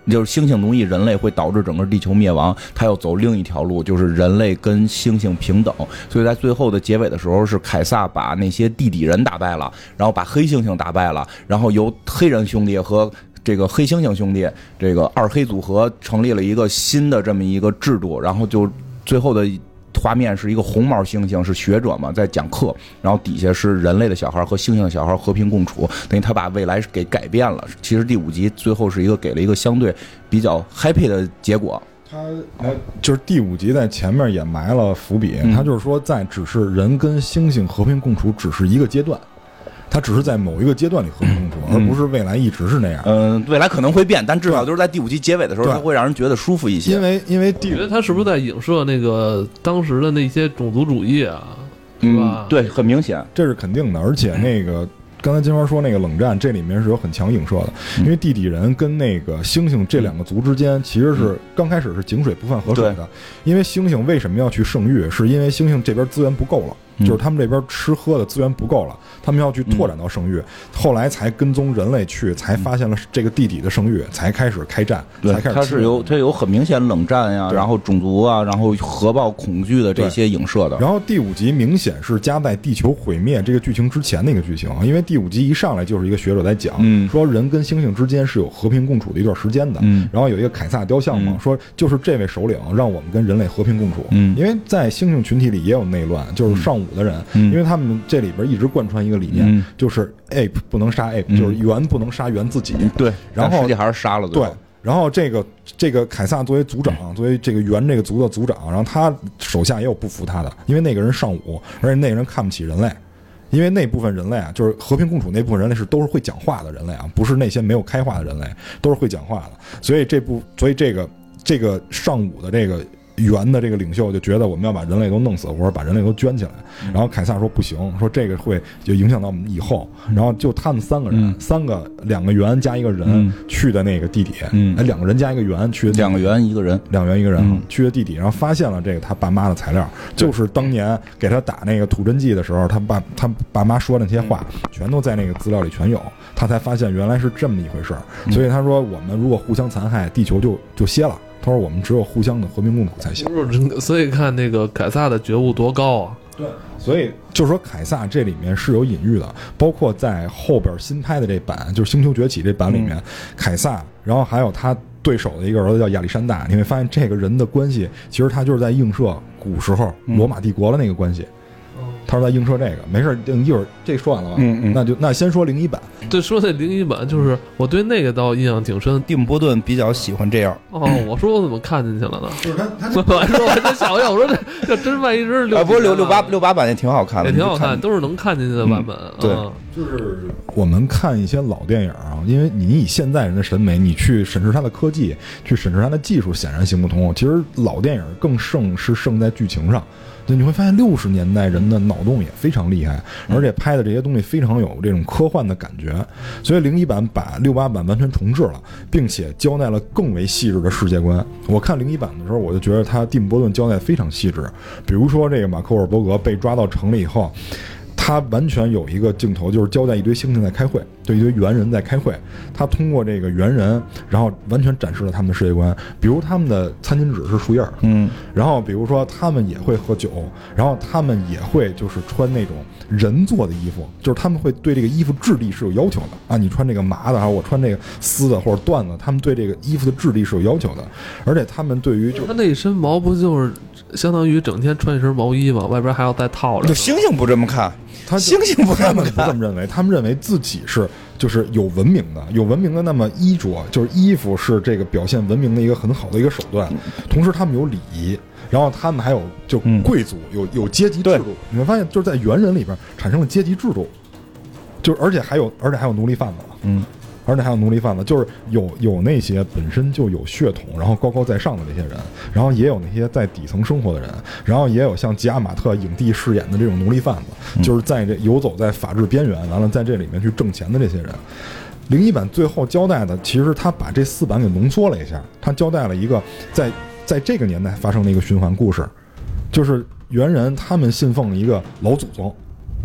就是猩猩奴役人类会导致整个地球灭亡，他要走另一条路，就是人类跟猩猩平等。所以在最后的结尾的时候，是凯撒把那些地底人打败了，然后把黑猩猩打败了，然后由黑人兄弟和这个黑猩猩兄弟这个二黑组合成立了一个新的这么一个制度，然后就最后的画面是一个红毛猩猩，是学者嘛，在讲课，然后底下是人类的小孩和猩猩的小孩和平共处，等于他把未来给改变了。其实第五集最后是一个给了一个相对比较 happy 的结果。 他就是第五集在前面也埋了伏笔，他就是说在只是人跟猩猩和平共处只是一个阶段。它只是在某一个阶段里和平共处，而不是未来一直是那样。 嗯，未来可能会变，但至少就是在第五集结尾的时候，它会让人觉得舒服一些。 因为因为第， 我觉得他是不是在影射那个当时的那些种族主义啊？是吧？ 嗯，对，很明显， 这是肯定的。而且那个刚才金花说那个冷战，这里面是有很强影射的，因为地底人跟那个猩猩这两个族之间其实是刚开始是井水不犯河水的。因为猩猩为什么要去圣域，是因为猩猩这边资源不够了。就是他们这边吃喝的资源不够了，他们要去拓展到圣域，后来才跟踪人类去，才发现了这个地底的圣域，才开始开战，才开始。 它是有它有很明显冷战呀，然后种族啊，然后核爆恐惧的这些影射的。 然后第五集明显是加在地球毁灭这个剧情之前的一个剧情，因为第五集一上来就是一个学者在讲， 嗯、 说人跟猩猩之间是有和平共处的一段时间的， 嗯、 然后有一个凯撒雕像嘛， 嗯、 说就是这位首领让我们跟人类和平共处， 嗯、 因为在猩猩群体里也有内乱，就是上武的人， 嗯、 因为他们这里边一直贯穿一个理念， 嗯、 就是 ape 不能杀 ape，、嗯、就是猿不能杀猿自己。 对， 然后实际还是杀了。 对，然后这个这个凯撒作为族长，作为这个猿这个族的族长，然后他手下也有不服他的，因为那个人尚武，而且那个人看不起人类。因为那部分人类啊，就是和平共处那部分人类是都是会讲话的人类啊，不是那些没有开化的人类，都是会讲话的。所以这部，所以这个这个尚武的这个猿的这个领袖就觉得我们要把人类都弄死，或者把人类都圈起来。然后凯撒说不行，说这个会就影响到我们以后。然后就他们三个人，嗯、三个两个猿加一个人、嗯、去的那个地底， 嗯， 哎，两个人加一个猿去的两个猿一个人， 两个猿一个人、 嗯、 去的地底，然后发现了这个他爸妈的材料，就是当年给他打那个土真剂的时候，他爸他爸妈说的那些话，全都在那个资料里全有。他才发现原来是这么一回事儿， 嗯、 所以他说我们如果互相残害，地球就就歇了。他说我们只有互相的和平共处才行。 所以看那个凯撒的觉悟多高啊！ 对，所以就是说凯撒这里面是有隐喻的，包括在后边新拍的这版，就是《星球崛起》这版里面，嗯、凯撒，然后还有他对手的一个儿子叫亚历山大，你会发现这个人的关系，其实他就是在映射古时候罗马帝国的那个关系。嗯、他是在映射这个，没事，一会儿这说完了吧？ 嗯嗯， 那就那先说零一版。 对，说这零一版，就是我对那个倒印象挺深。 蒂姆·波顿比较喜欢这样。 哦，我说我怎么看进去了呢？ 就是他，他我还说我在想，我想我说这这真万一是六， 啊，不是六六八六八版也挺好看的， 也挺好看，都是能看进去的版本。 嗯、对、 嗯， 就是我们看一些老电影啊，因为你以现代人的审美，你去审视它的科技，去审视它的技术，显然行不通。其实老电影更胜是胜在剧情上。对，你会发现六十年代人的脑洞也非常厉害，而且拍的这些东西非常有这种科幻的感觉，所以零一版把六八版完全重置了，并且交代了更为细致的世界观。我看零一版的时候，我就觉得他蒂姆·波顿交代非常细致，比如说这个马克·沃尔伯格被抓到城里以后，他完全有一个镜头，就是交代一堆猩猩在开会，对一堆猿人在开会。他通过这个猿人，然后完全展示了他们的世界观。比如他们的餐巾纸是树叶， 嗯， 然后比如说他们也会喝酒，然后他们也会就是穿那种人做的衣服，就是他们会对这个衣服质地是有要求的啊。你穿这个麻的，还有我穿这个丝的或者缎的，他们对这个衣服的质地是有要求的。而且他们对于就他那一身毛不就是相当于整天穿一身毛衣嘛，外边还要再套着。 猩猩不这么看。 他猩猩不这么看， 不这么认为，他们认为自己是就是有文明的，有文明的。那么衣着就是衣服是这个表现文明的一个很好的一个手段，同时他们有礼仪，然后他们还有就贵族，嗯、有有阶级制度。你会发现就是在猿人里边产生了阶级制度，就而且还有而且还有奴隶贩子， 嗯。 而且还有奴隶贩子，就是有有那些本身就有血统，然后高高在上的这些人，然后也有那些在底层生活的人，然后也有像吉亚马特影帝饰演的这种奴隶贩子， 嗯、 就是在这游走在法治边缘，完了在这里面去挣钱的这些人。零一版最后交代的，其实他把这四版给浓缩了一下，他交代了一个在在这个年代发生的一个循环故事，就是猿人他们信奉一个老祖宗。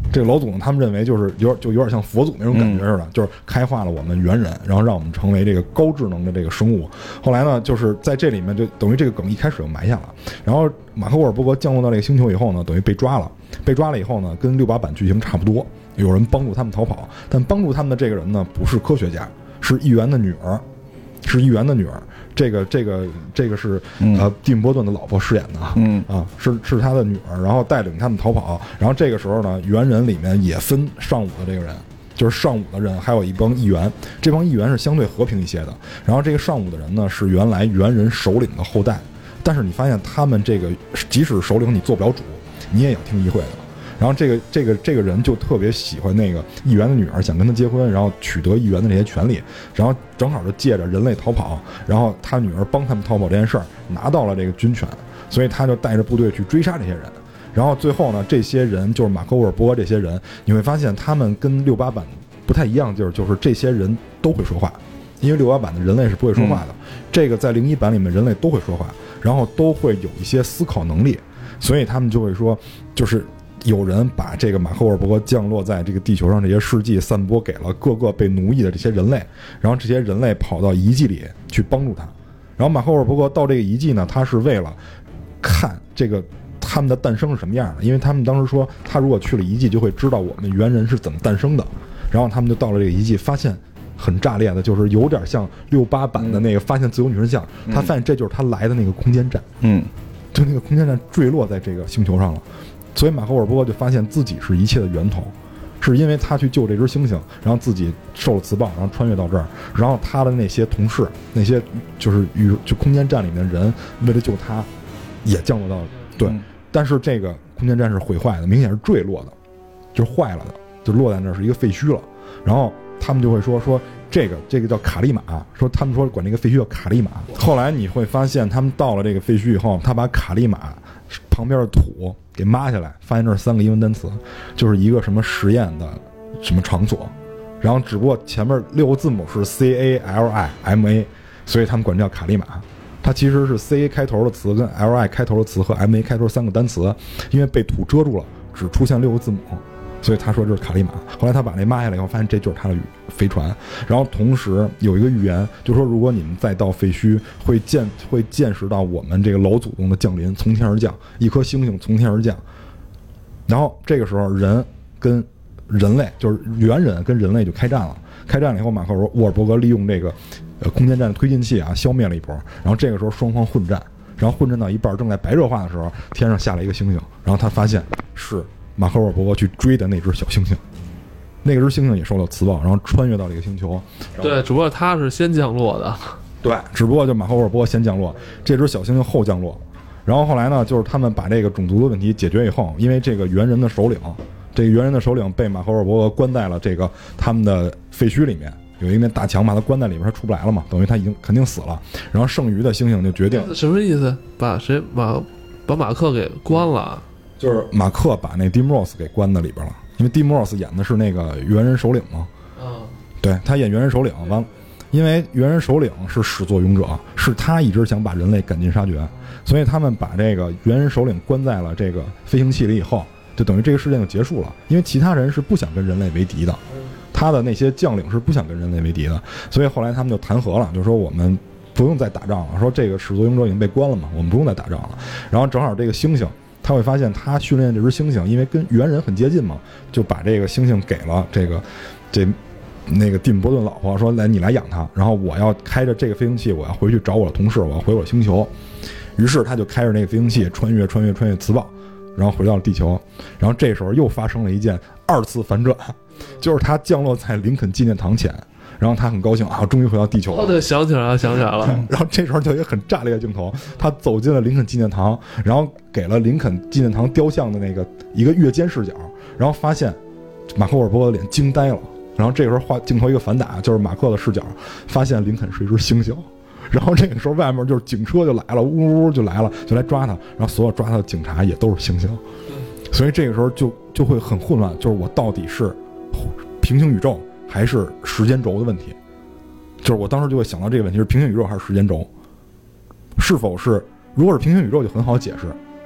这个老祖宗他们认为就是有就有点像佛祖那种感觉似的，嗯、就是开化了我们猿人，然后让我们成为这个高智能的这个生物。后来呢，就是在这里面就等于这个梗一开始就埋下了。然后马克沃尔伯格降落到这个星球以后呢，等于被抓了。被抓了以后呢，跟六八版剧情差不多，有人帮助他们逃跑，但帮助他们的这个人呢，不是科学家，是议员的女儿，是议员的女儿。这个这个这个是、嗯、呃蒂姆·波顿的老婆饰演的，嗯啊是是他的女儿，然后带领他们逃跑。然后这个时候呢，猿人里面也分上午的这个人，就是上午的人，还有一帮议员。这帮议员是相对和平一些的。然后这个上午的人呢，是原来猿人首领的后代。但是你发现他们这个，即使首领你做不了主，你也要听议会的。然后这个这个这个人就特别喜欢那个议员的女儿，想跟他结婚，然后取得议员的这些权利，然后正好就借着人类逃跑，然后他女儿帮他们逃跑这件事儿拿到了这个军权，所以他就带着部队去追杀这些人。然后最后呢，这些人就是马克沃尔伯格这些人，你会发现他们跟六八版不太一样，就是就是这些人都会说话，因为六八版的人类是不会说话的，嗯、这个在零一版里面人类都会说话，然后都会有一些思考能力，所以他们就会说，就是有人把这个马克沃尔伯格降落在这个地球上这些事迹散播给了各个被奴役的这些人类，然后这些人类跑到遗迹里去帮助他。然后马克沃尔伯格到这个遗迹呢，他是为了看这个他们的诞生是什么样的，因为他们当时说他如果去了遗迹就会知道我们猿人是怎么诞生的。然后他们就到了这个遗迹，发现很炸裂的，就是有点像六八版的那个发现自由女神像，嗯、他发现这就是他来的那个空间站，嗯，就那个空间站坠落在这个星球上了。所以马克沃尔伯格就发现自己是一切的源头，是因为他去救这只猩猩，然后自己受了磁暴，然后穿越到这儿，然后他的那些同事，那些就是宇就空间站里面的人，为了救他，也降落到对、嗯，但是这个空间站是毁坏的，明显是坠落的，就是坏了的，就落在那儿是一个废墟了。然后他们就会说说这个这个叫卡利马，说他们说管这个废墟叫卡利马。后来你会发现，他们到了这个废墟以后，他把卡利马旁边的土给抹下来，发现这是三个英文单词，就是一个什么实验的什么场所，然后只不过前面六个字母是 C A L I M A， 所以他们管这叫卡利马。它其实是 C A 开头的词跟 L I 开头的词和 M A 开头三个单词，因为被土遮住了，只出现六个字母，所以他说这是卡利马。后来他把那抹下来以后，发现这就是他的飞船。然后同时有一个预言，就说如果你们再到废墟，会见会见识到我们这个老祖宗的降临，从天而降，一颗星星从天而降。然后这个时候人跟人类，就是猿人跟人类就开战了。开战了以后，马克沃尔伯格利用这个呃空间站的推进器啊，消灭了一波。然后这个时候双方混战，然后混战到一半，正在白热化的时候，天上下来一个星星，然后他发现是马克沃尔伯格去追的那只小猩猩，那个只猩猩也受到磁暴，然后穿越到这个星球。 对，只不过他是先降落的。 对，只不过就马克沃尔伯格先降落，这只小猩猩后降落。然后后来呢，就是他们把这个种族的问题解决以后，因为这个猿人的首领，这个猿人的首领被马克沃尔伯格关在了这个他们的废墟里面，有一面大墙把他关在里面，他出不来了嘛，等于他已经肯定死了。然后剩余的猩猩就决定什么意思？把谁马把马克给关了？ 就是马克把那 Dean Ross 给关在里边了，因为 Dean Ross 演的是那个猿人首领嘛。嗯，对，他演猿人首领，完了，因为猿人首领是始作俑者，是他一直想把人类赶尽杀绝，所以他们把这个猿人首领关在了这个飞行器里以后，就等于这个事件就结束了。因为其他人是不想跟人类为敌的，他的那些将领是不想跟人类为敌的，所以后来他们就谈和了，就说我们不用再打仗了，说这个始作俑者已经被关了嘛，我们不用再打仗了。然后正好这个猩猩，他会发现他训练这只猩猩，因为跟猿人很接近嘛，就把这个猩猩给了这个这那个蒂姆·波顿老婆，说来你来养它，然后我要开着这个飞行器，我要回去找我的同事，我要回我的星球。于是他就开着那个飞行器穿越穿越穿越磁暴，然后回到了地球。然后这时候又发生了一件二次反转，就是他降落在林肯纪念堂前，然后他很高兴啊，终于回到地球了。 哦，对，想起来了，想起来了。 然后这时候就有一个很炸裂的镜头，他走进了林肯纪念堂，然后给了林肯纪念堂雕像的那个一个越肩视角，然后发现马克沃尔伯格的脸惊呆了。然后这个时候画镜头一个反打，就是马克的视角，发现林肯是一只猩猩。然后这个时候外面就是警车就来了，呜呜就来了，就来抓他。然后所有抓他的警察也都是猩猩，所以这个时候就就会很混乱，就是我到底是平行宇宙还是时间轴的问题。就是我当时就会想到这个问题，是平行宇宙还是时间轴？是否是如果是平行宇宙就很好解释，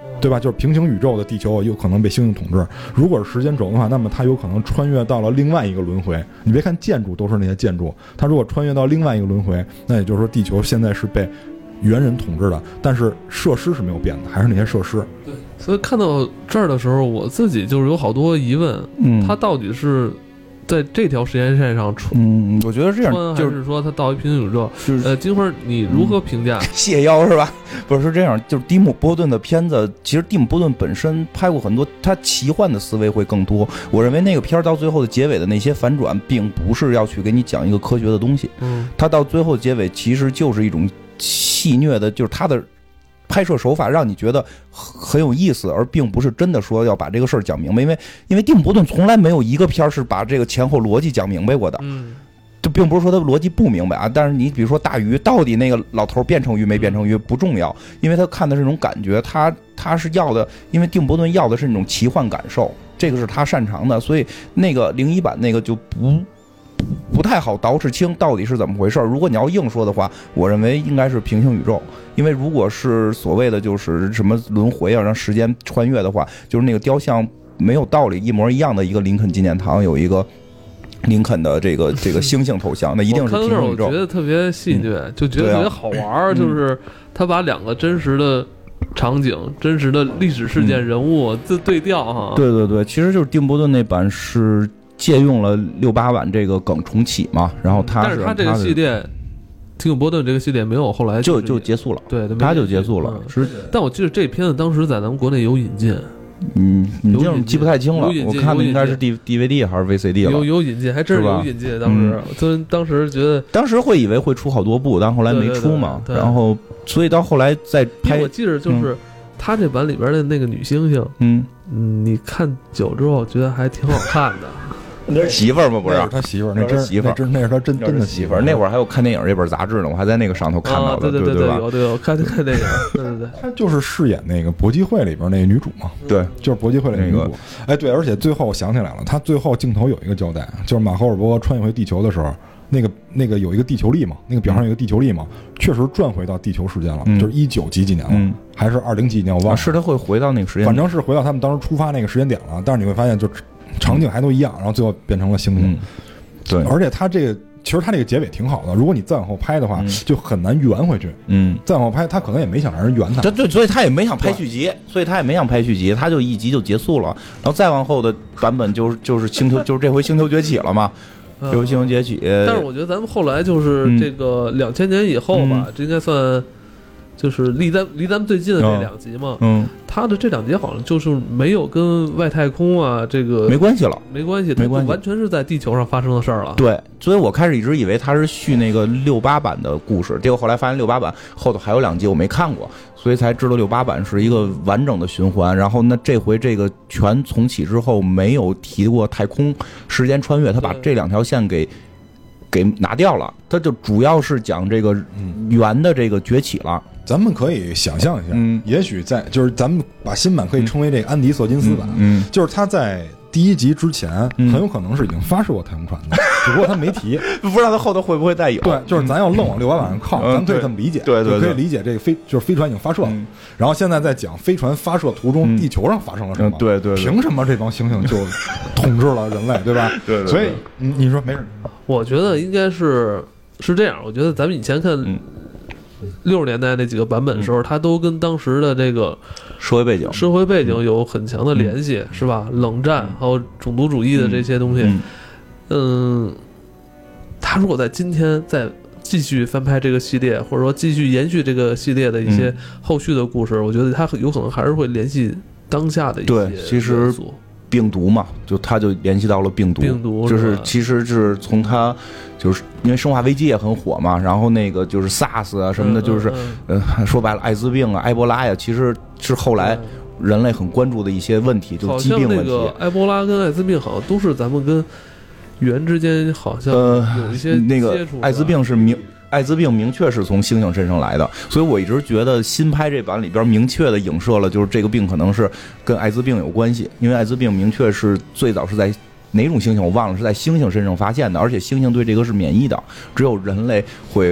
对吧？就是平行宇宙的地球有可能被猩猩统治。如果是时间轴的话，那么它有可能穿越到了另外一个轮回。你别看建筑都是那些建筑，它如果穿越到另外一个轮回，那也就是说地球现在是被猿人统治的，但是设施是没有变的，还是那些设施。 对，所以看到这儿的时候，我自己就是有好多疑问， 嗯， 它到底是在这条时间线上穿， 嗯，我觉得这样就是， 还是说它到一平行宇宙？ 就是呃，金花，你如何评价？ 谢腰是吧？不是是这样，就是蒂姆·波顿的片子，其实蒂姆·波顿本身拍过很多，他奇幻的思维会更多。我认为那个片儿到最后的结尾的那些反转，并不是要去给你讲一个科学的东西，嗯，他到最后结尾其实就是一种戏谑的，就是他的拍摄手法让你觉得很有意思，而并不是真的说要把这个事儿讲明白。因为因为蒂姆·波顿从来没有一个片儿是把这个前后逻辑讲明白过的，嗯，就并不是说他逻辑不明白啊。但是你比如说大鱼到底那个老头变成鱼没变成鱼不重要，因为他看的是那种感觉，他他是要的，因为蒂姆·波顿要的是那种奇幻感受，这个是他擅长的，所以那个零一版那个就不。不太好捯饬清到底是怎么回事。如果你要硬说的话，我认为应该是平行宇宙，因为如果是所谓的就是什么轮回啊，让时间穿越的话，就是那个雕像没有道理一模一样的一个林肯纪念堂有一个林肯的这个这个猩猩头像，那一定是平行宇宙。 我觉得特别戏谑，嗯、就觉得特别好玩，啊、就是他把两个真实的场景、嗯、真实的历史事件、人物这对调哈。 对对对，其实就是蒂姆·波顿那版是。借用了六八版这个梗重启嘛，然后他是，但是他这个系列，蒂姆·波顿这个系列没有后来就就结束了， 对， 他就结束了。是， 但我记得这片子当时在咱们国内有引进， 嗯，引进记不太清了，我看的应该是 D D V D 还是 V C D 了， 有有引进，还真是有引进。当时，当当时觉得， 当时会以为会出好多部，但后来没出嘛，然后所以到后来再拍， 我记得就是他这版里边的那个女猩猩，嗯嗯，你看久之后觉得还挺好看的。 那是媳妇儿吗？不是， 他媳妇儿，那真媳妇儿， 那是他真真的媳妇儿。 那会儿还有看电影这本杂志呢，我还在那个上头看到的， 对对对对，有对，我看看电影，对对对。 他就是饰演那个搏击会里边那个女主嘛， 对， 就是搏击会里那个女主。哎，对，而且最后我想起来了，他最后镜头有一个交代，就是马赫尔伯穿越回地球的时候，那个那个有一个地球力嘛，那个表上有一个地球力嘛，确实转回到地球时间了， 嗯、 就是一九几几年了，嗯、还是二零几几年，我忘了。 啊、是他会回到那个时间， 反正是回到他们当时出发那个时间点了，但是你会发现就。场景还都一样，然后最后变成了猩猩、嗯。 对， 而且他这个其实他这个结尾挺好的，如果你再往后拍的话，嗯、就很难圆回去。 嗯， 再往后拍，他可能也没想让人圆他。 对对，所以他也没想拍续集，所以他也没想拍续集，他就一集就结束了。然后再往后的版本就是就是星球，就是这回星球崛起了嘛。这回星球崛起。 但是我觉得咱们后来就是这个两千年以后吧，嗯、这应该算。就是离咱离咱们最近的这两集嘛，嗯，他的这两集好像就是没有跟外太空啊这个没关系了， 没关系， 没关系， 完全是在地球上发生的事儿了。 对，所以我开始一直以为他是续那个六八版的故事，结果后来发现六八版后头还有两集我没看过，所以才知道六八版是一个完整的循环。然后那这回这个全重启之后没有提过太空时间穿越，他把这两条线给。给拿掉了，它就主要是讲这个圆的这个崛起了。 咱们可以想象一下，嗯，也许在就是咱们把新版可以称为这个安迪·瑟金斯版， 嗯， 就是他在第一集之前很有可能是已经发射过太空船的，只不过他没提， 不知道他后头会不会再有。 对，就是咱要愣往六八版上靠，咱可以这么理解， 对对， 可以理解这个飞就是飞船已经发射了，然后现在在讲飞船发射途中地球上发生了什么， 对对， 凭什么这帮猩猩就统治了人类，对吧？ 对， 所以你说没事。 我觉得应该是是这样，我觉得咱们以前看六十年代那几个版本的时候，它都跟当时的这个社会背景、 社会背景有很强的联系，是吧？冷战还有种族主义的这些东西，嗯，他如果在今天再继续翻拍这个系列，或者说继续延续这个系列的一些后续的故事，我觉得他有可能还是会联系当下的一些对，其实。病毒嘛，就他就联系到了病毒， 病毒就是其实是从他就是因为生化危机也很火嘛，然后那个就是 SARS 啊什么的，就是呃说白了艾滋病啊、埃博拉呀，其实是后来人类很关注的一些问题，就疾病问题。 好像那个埃博拉跟艾滋病好像都是咱们跟猿之间好像有一些那个艾滋病是明。艾滋病明确是从猩猩身上来的，所以我一直觉得新拍这版里边明确的影射了，就是这个病可能是跟艾滋病有关系，因为艾滋病明确是最早是在哪种猩猩我忘了，是在猩猩身上发现的，而且猩猩对这个是免疫的，只有人类会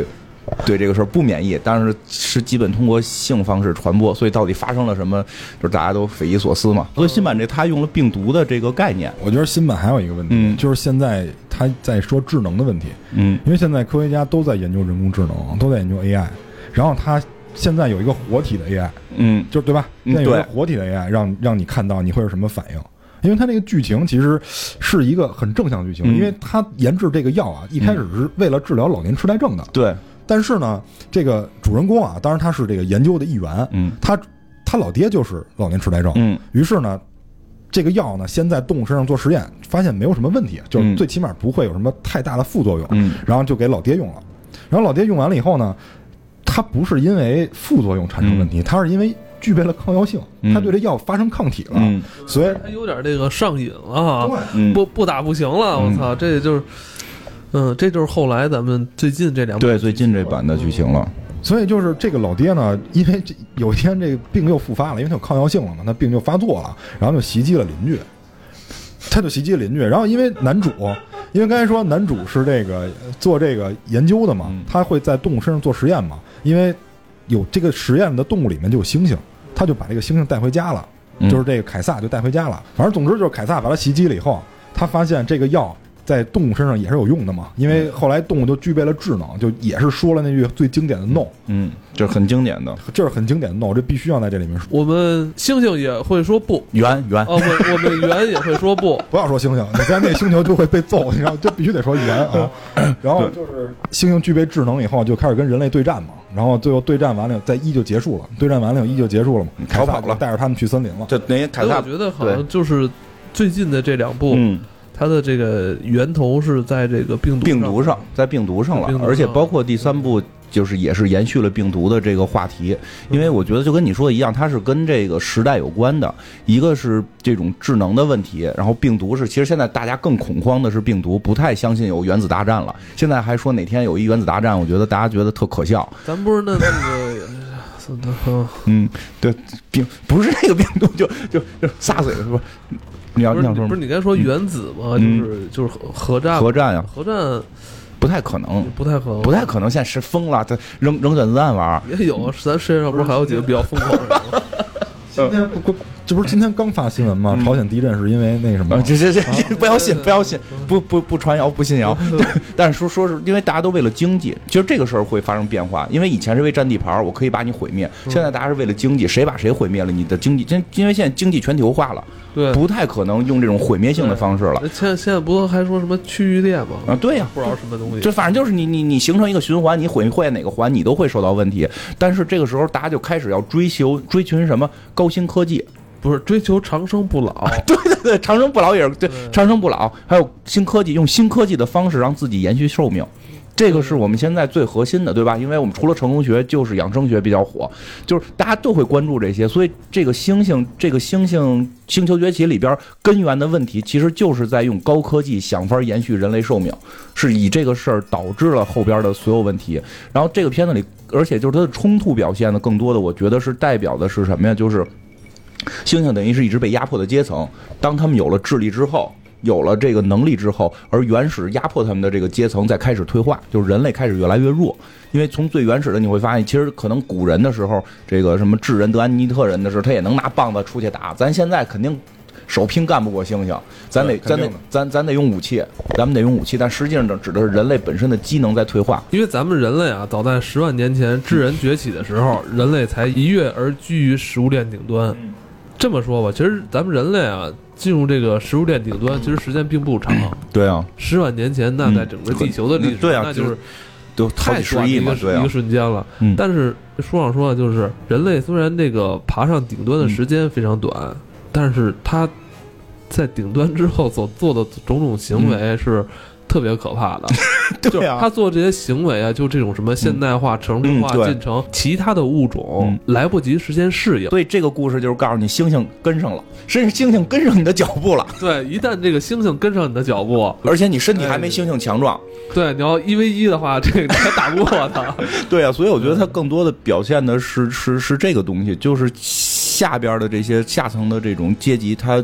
对这个事儿不免疫，但是是基本通过性方式传播，所以到底发生了什么，就是大家都匪夷所思嘛。所以新版这他用了病毒的这个概念， 我觉得新版还有一个问题， 嗯、 就是现在他在说智能的问题， 嗯， 因为现在科学家都在研究人工智能，都在研究 A I， 然后他现在有一个活体的 A I， 嗯， 就对吧？现在有一个活体的 A I， 让让你看到你会有什么反应。因为它这个剧情其实是一个很正向剧情，嗯、因为它研制这个药啊，一开始是为了治疗老年痴呆症的。 对。 但是呢，这个主人公啊，当然他是这个研究的一员， 嗯， 他他老爹就是老年痴呆症， 嗯， 于是呢，这个药呢，先在动物身上做实验，发现没有什么问题，就是最起码不会有什么太大的副作用， 嗯， 然后就给老爹用了。然后老爹用完了以后呢，他不是因为副作用产生问题， 嗯、 他是因为具备了抗药性，他对这药发生抗体了， 嗯、 所以他有点这个上瘾了， 嗯、 不不打不行了，我操，这就是，嗯，这就是后来咱们最近这两对最近这版的剧情了。 所以就是这个老爹呢，因为这有一天这个病又复发了，因为他有抗药性了嘛，他病就发作了，然后就袭击了邻居，他就袭击了邻居，然后因为男主，因为刚才说男主是这个做这个研究的嘛，他会在动物身上做实验嘛，因为有这个实验的动物里面就有猩猩，他就把这个猩猩带回家了，就是这个凯撒就带回家了，反正总之就是凯撒把他袭击了以后，他发现这个药在动物身上也是有用的嘛，因为后来动物就具备了智能，就也是说了那句最经典的 no， 嗯，这是很经典的， 这是很经典的 no， 这必须要在这里面说。 我们猩猩也会说不， 圆圆哦，我我们圆也会说不， 不要说猩猩，你在那个星球就会被揍，你知道，就必须得说圆啊。然后就是猩猩具备智能以后，就开始跟人类对战嘛，然后最后对战完了，在一就结束了，对战完了一就结束了嘛， 逃跑了， 带着他们去森林了。 这那凯撒， 我觉得好像就是最近的这两部， 嗯。 它的这个源头是在这个病毒病毒上，在病毒上了，而且包括第三部就是也是延续了病毒的这个话题，因为我觉得就跟你说的一样，它是跟这个时代有关的，一个是这种智能的问题，然后病毒是其实现在大家更恐慌的是病毒，不太相信有原子大战了，现在还说哪天有一原子大战，我觉得大家觉得特可笑。 咱不是那那个。 嗯，对，病不是那个病毒，就就就撒嘴是吧？你要不是你说不是你刚才说原子吗？嗯、就是就是核战， 核战啊， 核战不太可能， 不太可能， 不太可能。现在是疯了，他扔扔原子弹玩也有，咱世界上不是还有几个比较疯狂的人吗？ 今天不，这不是今天刚发新闻吗？朝鲜地震是因为那什么？ 这这这不要信，不要信，不不不传谣，不信谣。但是说说是因为大家都为了经济，其实这个事儿会发生变化。因为以前是为占地盘，我可以把你毁灭；现在大家是为了经济，谁把谁毁灭了，你的经济，因因为现在经济全球化了， 对， 不太可能用这种毁灭性的方式了。 现在现在不还说什么区域链吗？ 啊，对呀、啊， 不知道什么东西， 就反正就是你你你形成一个循环，你毁坏哪个环，你都会受到问题。但是这个时候，大家就开始要追求追寻什么高新科技。 不是追求长生不老， 对对对，长生不老也是对，长生不老，还有新科技，用新科技的方式让自己延续寿命，这个是我们现在最核心的，对吧？因为我们除了成功学，就是养生学比较火，就是大家都会关注这些，所以这个猩猩，这个猩猩星球崛起里边根源的问题，其实就是在用高科技想法延续人类寿命，是以这个事儿导致了后边的所有问题。然后这个片子里，而且就是它的冲突表现的更多的，我觉得是代表的是什么呀？就是猩猩等于是一直被压迫的阶层，当他们有了智力之后，有了这个能力之后，而原始压迫他们的这个阶层在开始退化，就是人类开始越来越弱。因为从最原始的你会发现，其实可能古人的时候，这个什么智人德安尼特人的时候，他也能拿棒子出去打，咱现在肯定手拼干不过猩猩，咱得咱得咱咱得用武器，咱们得用武器，但实际上指的是人类本身的机能在退化。 因为咱们人类啊，早在十万年前智人崛起的时候，人类才一跃而居于食物链顶端。这么说吧，其实咱们人类啊，进入这个食物链顶端，其实时间并不长。 对啊， 十万年前，那在整个地球的历史， 嗯、对啊， 那就是都太短的一个、 对啊、 一个瞬间了。 嗯、 但是说上说啊，就是人类虽然这个爬上顶端的时间非常短，嗯、但是他在顶端之后所做的种种行为是特别可怕的。 对啊， 他做这些行为啊，就这种什么现代化、城市化进程，嗯、其他的物种来不及时间适应。 所以这个故事就是告诉你，猩猩跟上了，甚至猩猩跟上你的脚步了。 对，一旦这个猩猩跟上你的脚步， 而且你身体还没猩猩强壮， 哎、对，你要一 v 一的话，这个你还打不过他。 对啊，所以我觉得他更多的表现的是是是这个东西，就是下边的这些下层的这种阶级，他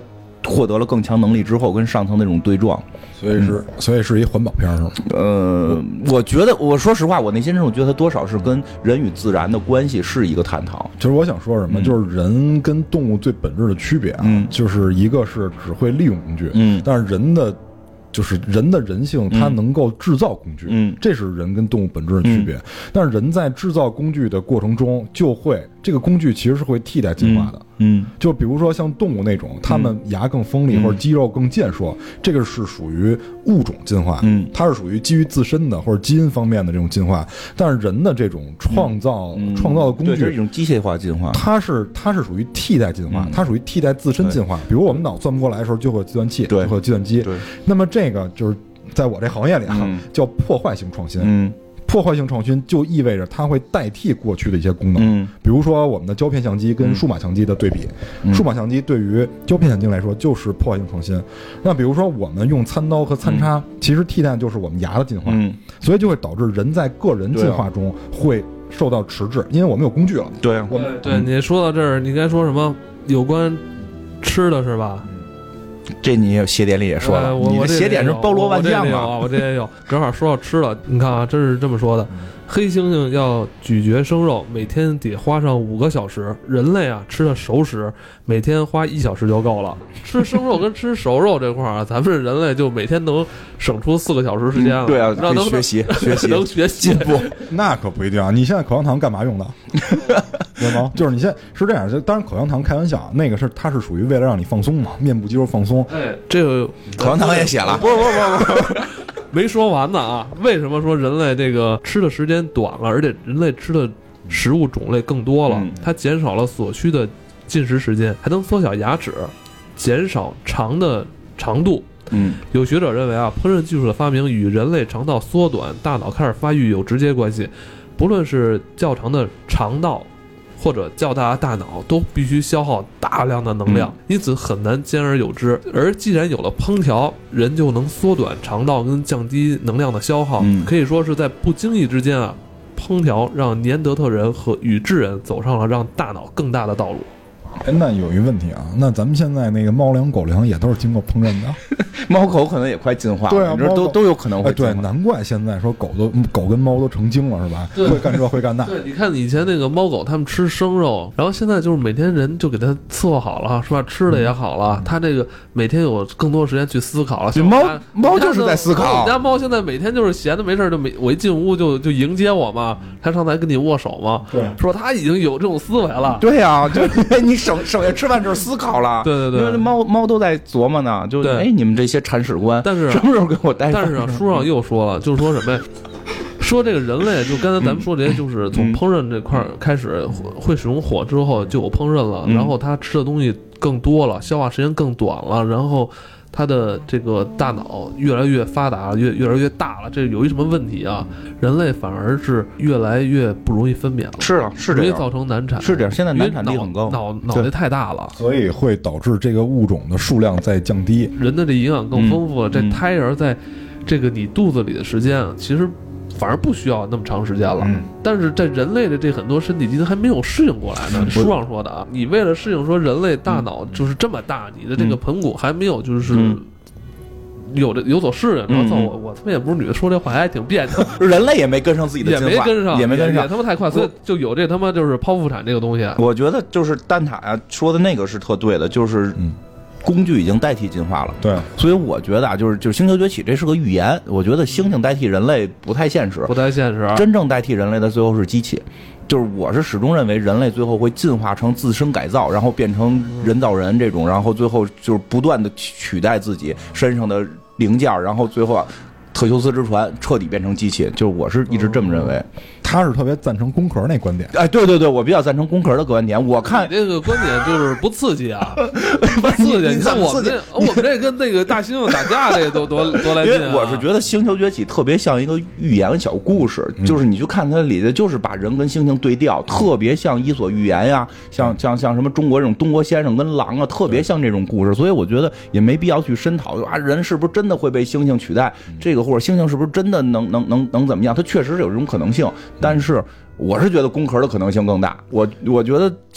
获得了更强能力之后跟上层那种对撞， 所以是、嗯、所以是一环保片是吗？ 呃，我觉得我说实话，我内心深处觉得它多少是跟人与自然的关系是一个探讨。 其实我想说什么，嗯、就是人跟动物最本质的区别啊， 嗯、 就是一个是只会利用工具， 嗯， 但是人的。就是人的人性，它能够制造工具， 嗯， 这是人跟动物本质的区别。嗯、但是人在制造工具的过程中，就会这个工具其实是会替代进化的， 嗯， 就比如说像动物那种，它们牙更锋利、嗯、或者肌肉更健硕，这个是属于物种进化， 嗯， 它是属于基于自身的或者基因方面的这种进化。但是人的这种创造、嗯、创造的工具， 对，这是一种机械化进化， 它是它是属于替代进化，嗯、它属于替代自身进化。比如我们脑算不过来的时候，就会有计算器， 对， 就会有计算机， 对， 那么这个就是在我这行业里啊， 嗯、 叫破坏性创新。 嗯， 破坏性创新就意味着它会代替过去的一些功能。 嗯， 比如说我们的胶片相机跟数码相机的对比， 嗯、 数码相机对于胶片相机来说就是破坏性创新。那比如说我们用餐刀和餐叉，嗯、其实替代就是我们牙的进化。 嗯， 所以就会导致人在个人进化中会受到迟滞，因为我们有工具了。 对啊， 我们对、嗯、你说到这儿，你该说什么有关吃的是吧？ 这你鞋点里也说了， 呃、我你的鞋点是包罗万象啊！我这也有，正好说到吃了，你看啊，真是这么说的：黑猩猩要咀嚼生肉，每天得花上五个小时；人类啊，吃的熟食，每天花一小时就够了。吃生肉跟吃熟肉这块啊，咱们人类就每天能省出四个小时时间了。 嗯、对啊， 让能学习学习能学习进步。 那可不一定啊！你现在口香糖干嘛用的？对吗？就是你现在是这样，就当然口香糖开玩笑，那个是它是属于为了让你放松嘛，面部肌肉放松。 哎，这个口香糖也写了， 不不不不不，没说完呢啊！为什么说人类这个吃的时间短了，而且人类吃的食物种类更多了？ 嗯、 它减少了所需的进食时间，还能缩小牙齿，减少肠的长度。 嗯， 有学者认为啊，烹饪技术的发明与人类肠道缩短、大脑开始发育有直接关系。不论是较长的肠道，或者较大的大脑，都必须消耗大量的能量，嗯、因此很难兼而有之。而既然有了烹调，人就能缩短肠道跟降低能量的消耗， 嗯、 可以说是在不经意之间啊，烹调让尼安德特人和与智人走上了让大脑更大的道路。 哎，那有一问题啊，那咱们现在那个猫粮、狗粮也都是经过烹饪的， 猫狗可能也快进化了， 对啊， 都都有可能会进化。 哎，对，难怪现在说狗都狗跟猫都成精了，是吧？会干这会干那。 对，你看以前那个猫狗他们吃生肉，然后现在就是每天人就给它伺候好了，是吧？吃的也好了，嗯、它这个每天有更多时间去思考了。 猫猫就是在思考。 我们家猫现在每天就是闲的没事就每我一进屋就就迎接我嘛，它上来跟你握手嘛， 对， 说它已经有这种思维了。 对呀、啊，就你省省下吃饭就是思考了。 对对对， 因为猫猫都在琢磨呢，就哎你们这些铲屎官， 但是什么时候给我带？ 但是啊，书上又说了，就是说什么呀？说这个人类，就刚才咱们说这些，就是从烹饪这块开始会使用火之后就有烹饪了， 嗯、 然后他吃的东西更多了，消化时间更短了，然后他的这个大脑越来越发达，越越来越大了。这有一什么问题啊？人类反而是越来越不容易分娩了。 是啊，是这样， 容易造成难产。 是这样，现在难产率很高， 脑脑袋太大了， 所以会导致这个物种的数量在降低， 人的这营养更丰富了。 嗯、 这胎儿在这个你肚子里的时间啊，其实反而不需要那么长时间了。 嗯、 但是在人类的这很多身体机能还没有适应过来呢。书上说的啊，你为了适应说人类大脑就是这么大，嗯、你的这个盆骨还没有就是。嗯有的有所适应，然后我我他妈也不是女的，说这话还挺别扭。 人类也没跟上自己的进化， 也没跟上， 也没跟上， 也他妈太快，所以就有这他妈就是剖腹产这个东西。 我觉得就是蛋挞啊说的那个是特对的，就是工具已经代替进化了。 对， 所以我觉得啊，就是就是星球崛起这是个预言。我觉得猩猩代替人类不太现实， 不太现实。 真正代替人类的最后是机器。就是我是始终认为人类最后会进化成自身改造，然后变成人造人这种，然后最后就是不断的取代自己身上的零件，然后最后啊特修斯之船彻底变成机器。就是我是一直这么认为。 他是特别赞成工壳那观点。 哎，对对对，我比较赞成工壳的观点。我看你这个观点就是不刺激啊，不刺激。你看我们这我们这跟那个大猩猩打架这个多多多来劲啊！ 因为我是觉得《星球崛起》特别像一个寓言小故事，嗯、就是你去看它里的，就是把人跟猩猩对调，嗯、特别像《伊索寓言》呀，像像像什么中国这种东郭先生跟狼啊，特别像这种故事。所以我觉得也没必要去深讨啊，人是不是真的会被猩猩取代？嗯、这个或者猩猩是不是真的能能能能怎么样？它确实是有这种可能性。但是我是觉得工壳的可能性更大，我我觉得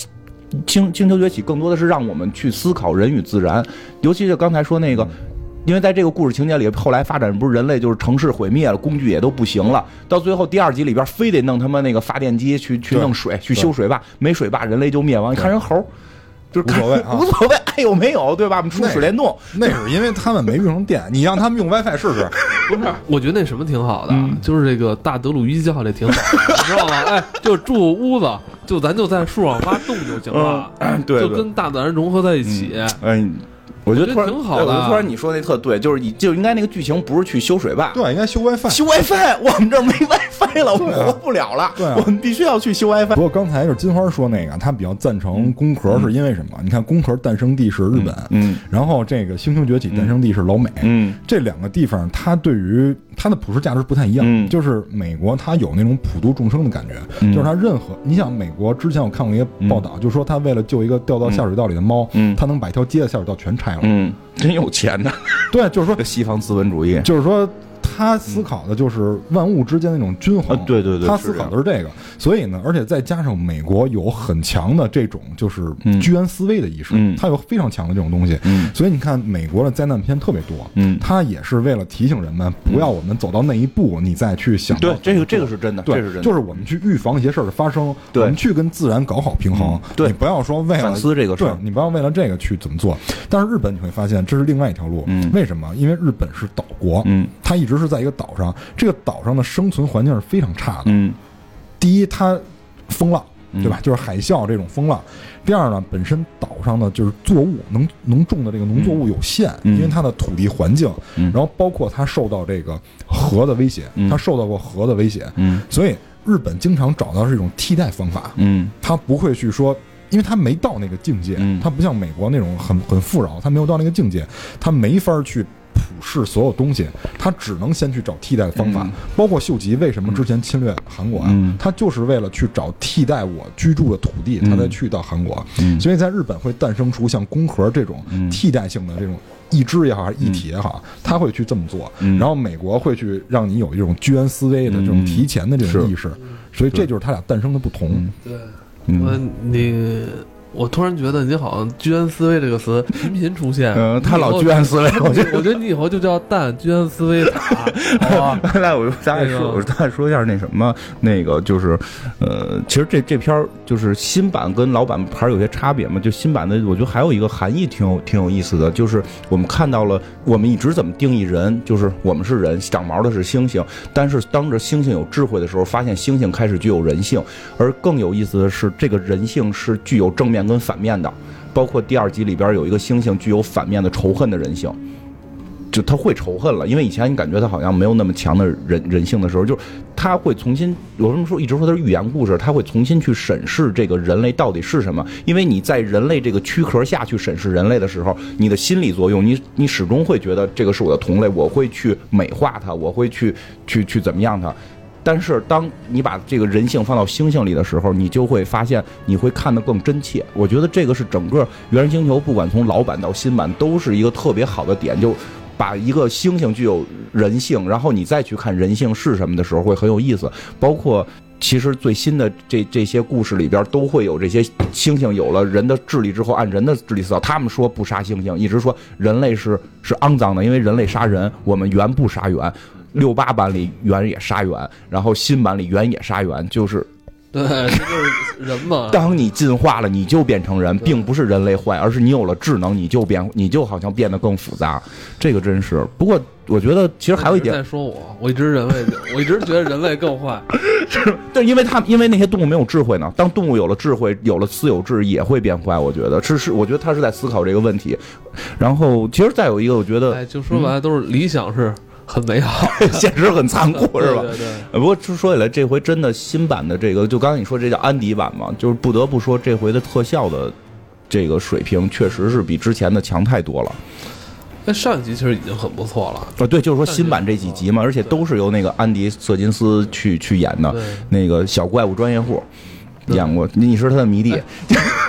星星球崛起更多的是让我们去思考人与自然，尤其是刚才说那个。因为在这个故事情节里，后来发展不是人类就是城市毁灭了，工具也都不行了，到最后第二集里边非得弄他妈那个发电机去去弄水，去修水坝，没水坝人类就灭亡。你看人猴，就是无所谓、啊， 无所谓，爱有没有，对吧？我们出水帘洞， 那是因为他们没用上电，你让他们用 WiFi 试试。 不是，我觉得那什么挺好的，嗯、就是这个大德鲁伊教这挺好的，你知道吗？哎，就住屋子，就咱就在树上挖洞就行了， 嗯、对, 对， 就跟大自然融合在一起。 嗯。哎我觉得挺好的。 突然你说那特对，就是你就应该那个剧情不是去修水坝， 对，应该修 WiFi。 修 WiFi， 我们这儿没 WiFi 了，我们活不了了。 对、啊， 我们必须要去修 WiFi。 不过刚才就是金花说那个，他比较赞成工壳，是因为什么？嗯、你看工壳诞生地是日本， 嗯， 然后这个星球崛起诞生地是老美， 嗯， 这两个地方它对于它的普世价值不太一样。 嗯， 就是美国它有那种普度众生的感觉， 嗯、 就是它任何你想美国之前我看过一个报道，嗯、就是说他为了救一个掉到下水道里的猫， 嗯， 他能把一条街的下水道全拆了， 嗯。真有钱呢， 对，就是说西方资本主义， 就是说他思考的就是万物之间的那种均衡， 啊、对对对， 他思考的是这个，所以呢，而且再加上美国有很强的这种就是居安思危的意识， 嗯， 他有非常强的这种东西， 嗯， 所以你看美国的灾难片特别多， 嗯， 他也是为了提醒人们不要我们走到那一步，你再去想到， 对，这个这个是真的， 对， 这是真的， 就是我们去预防一些事儿的发生， 对， 我们去跟自然搞好平衡， 对， 你不要说为了反思这个事儿， 你不要为了这个去怎么做。但是日本你会发现这是另外一条路， 嗯， 为什么？因为日本是岛国， 嗯， 它一直是在一个岛上。这个岛上的生存环境是非常差的。 嗯， 第一，它风浪，对吧？就是海啸这种风浪。第二呢，本身岛上呢就是作物能能种的这个农作物有限， 嗯、 因为它的土地环境， 嗯、 然后包括它受到这个河的威胁， 嗯、 它受到过河的威胁， 嗯， 所以日本经常找到这种替代方法， 嗯， 它不会去说。因为他没到那个境界， 嗯， 他不像美国那种很很富饶，他没有到那个境界，他没法去普世所有东西，他只能先去找替代的方法。 嗯、 包括秀吉为什么之前侵略韩国啊， 嗯、 他就是为了去找替代我居住的土地，他才去到韩国。 嗯、 所以在日本会诞生出像宫壳这种替代性的这种义肢也好，还是义体也好，他会去这么做。 嗯、 然后美国会去让你有一种居安思危的这种提前的这种意识， 嗯、 所以这就是他俩诞生的不同。 嗯、对，我你。我突然觉得你好像居安思危这个词频频出现， 嗯，他老居安思危， 我觉得我觉得你以后就叫蛋居安思危塔。 来，我大概说，我大概说一下那什么，那个就是，呃，其实这这篇就是新版跟老版还是有些差别嘛。就新版的，我觉得还有一个含义挺有挺有意思的，就是我们看到了我们一直怎么定义人，就是我们是人，长毛的是猩猩，但是当着猩猩有智慧的时候，发现猩猩开始具有人性，而更有意思的是，这个人性是具有正面跟反面的，包括第二集里边有一个猩猩具有反面的仇恨的人性，就他会仇恨了，因为以前你感觉他好像没有那么强的人人性的时候，就是他会重新，有什么说一直说他是寓言故事，他会重新去审视这个人类到底是什么，因为你在人类这个躯壳下去审视人类的时候，你的心理作用，你你始终会觉得这个是我的同类，我会去美化他，我会去去去怎么样他。但是当你把这个人性放到猩猩里的时候，你就会发现你会看得更真切。我觉得这个是整个原始星球不管从老版到新版都是一个特别好的点，就把一个猩猩具有人性，然后你再去看人性是什么的时候会很有意思。包括其实最新的这这些故事里边都会有这些猩猩有了人的智力之后按人的智力思考，他们说不杀猩猩，一直说人类是是肮脏的，因为人类杀人，我们猿不杀猿。六八版里猿也杀猿，然后新版里猿也杀猿，就是对，这就是人嘛。 当你进化了，你就变成人，并不是人类坏，而是你有了智能，你就变，你就好像变得更复杂。这个真是。不过我觉得其实还有一点， 在说我，我一直人类，我一直觉得人类更坏。 是，对，因为他因为那些动物没有智慧呢。当动物有了智慧，有了私有制，也会变坏。我觉得是是，我觉得他是在思考这个问题。然后其实再有一个，我觉得， 哎，就说白了都是理想是。很美好， 现实很残酷，是吧？ 对对对。 不过说起来，这回真的新版的这个，就刚才你说这叫安迪版嘛，就是不得不说，这回的特效的这个水平确实是比之前的强太多了。 那上一集其实已经很不错了啊，对，就是说新版这几集嘛，而且都是由那个安迪·瑟金斯去去演的，那个小怪物专业户演过，你是他的迷弟。 哎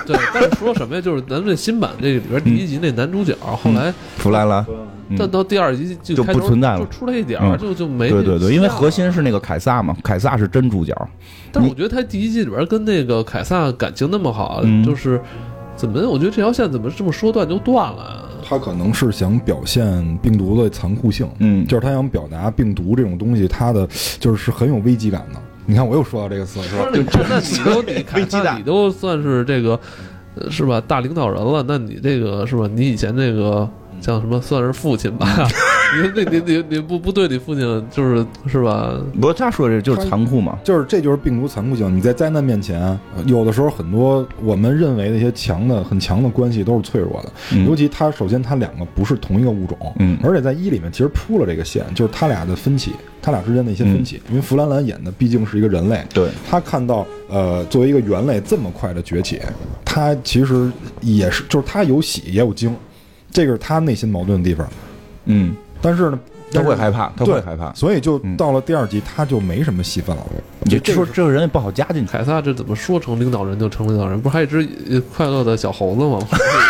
对，但是说什么呀？就是咱们这新版这里边第一集那男主角，嗯、后来弗兰兰， 但到第二集就就不存在了， 就出来一点儿，就就没。 对对对，因为核心是那个凯撒嘛，凯撒是真主角。 但是我觉得他第一集里边跟那个凯撒感情那么好， 嗯、 就是怎么？我觉得这条线怎么这么说断就断了？ 他可能是想表现病毒的残酷性， 嗯， 就是他想表达病毒这种东西，它的就是很有危机感的。你看，我又说到这个词，是吧？ 就那你都你凯撒，你都算是这个是吧大领导人了，那你这个是吧？你以前这个像什么算是父亲吧？你你你你不不对你父亲就是是吧？ 不过他说这就是残酷嘛， 就是这就是病毒残酷性。你在灾难面前，有的时候很多我们认为的一些强的很强的关系都是脆弱的。嗯、尤其他首先他两个不是同一个物种， 嗯， 而且在一里面其实铺了这个线，就是他俩的分歧，他俩之间的一些分歧。嗯、因为弗兰兰演的毕竟是一个人类， 对， 他看到呃作为一个猿类这么快的崛起，他其实也是就是他有喜也有惊，这个是他内心矛盾的地方。 嗯。 但是呢， 他会害怕，他会害怕， 所以就到了第二集，他就没什么戏份了。 你就说这个人也不好加进去。 凯撒这怎么说成领导人就成领导人？不是还有一只快乐的小猴子吗？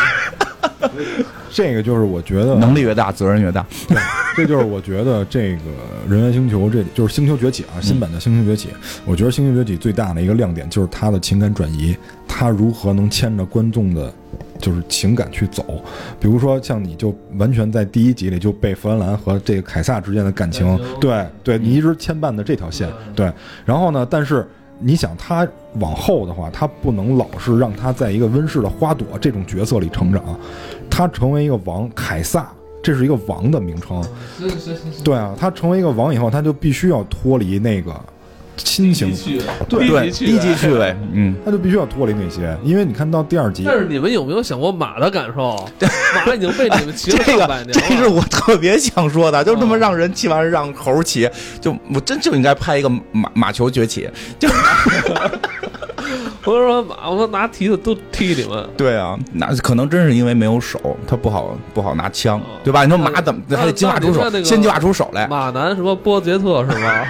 这个就是我觉得能力越大，责任越大。 对，这就是我觉得这个人猿星球，这就是星球崛起啊，新版的星球崛起。我觉得星球崛起最大的一个亮点就是它的情感转移，它如何能牵着观众的。就是情感去走，比如说像你就完全在第一集里就被弗兰兰和这个凯撒之间的感情，对对，你一直牵绊的这条线，对。然后呢，但是你想他往后的话，他不能老是让他在一个温室的花朵这种角色里成长，他成为一个王，凯撒这是一个王的名称，对啊，他成为一个王以后，他就必须要脱离那个。亲情对对低级趣味，嗯， 他就必须要脱离那些，因为你看到第二集。 但是你们有没有想过马的感受？马已经被你们骑了上百年了。 这个，这是我特别想说的，就他妈让人骑完让猴骑，就我真就应该拍一个马马球崛起，就。 我说马，我说拿蹄子都踢你们。 对啊，那可能真是因为没有手，他不好不好拿枪，对吧？你说马怎么还得进化出手，先进化出手来？ 马男什么波杰特是吧？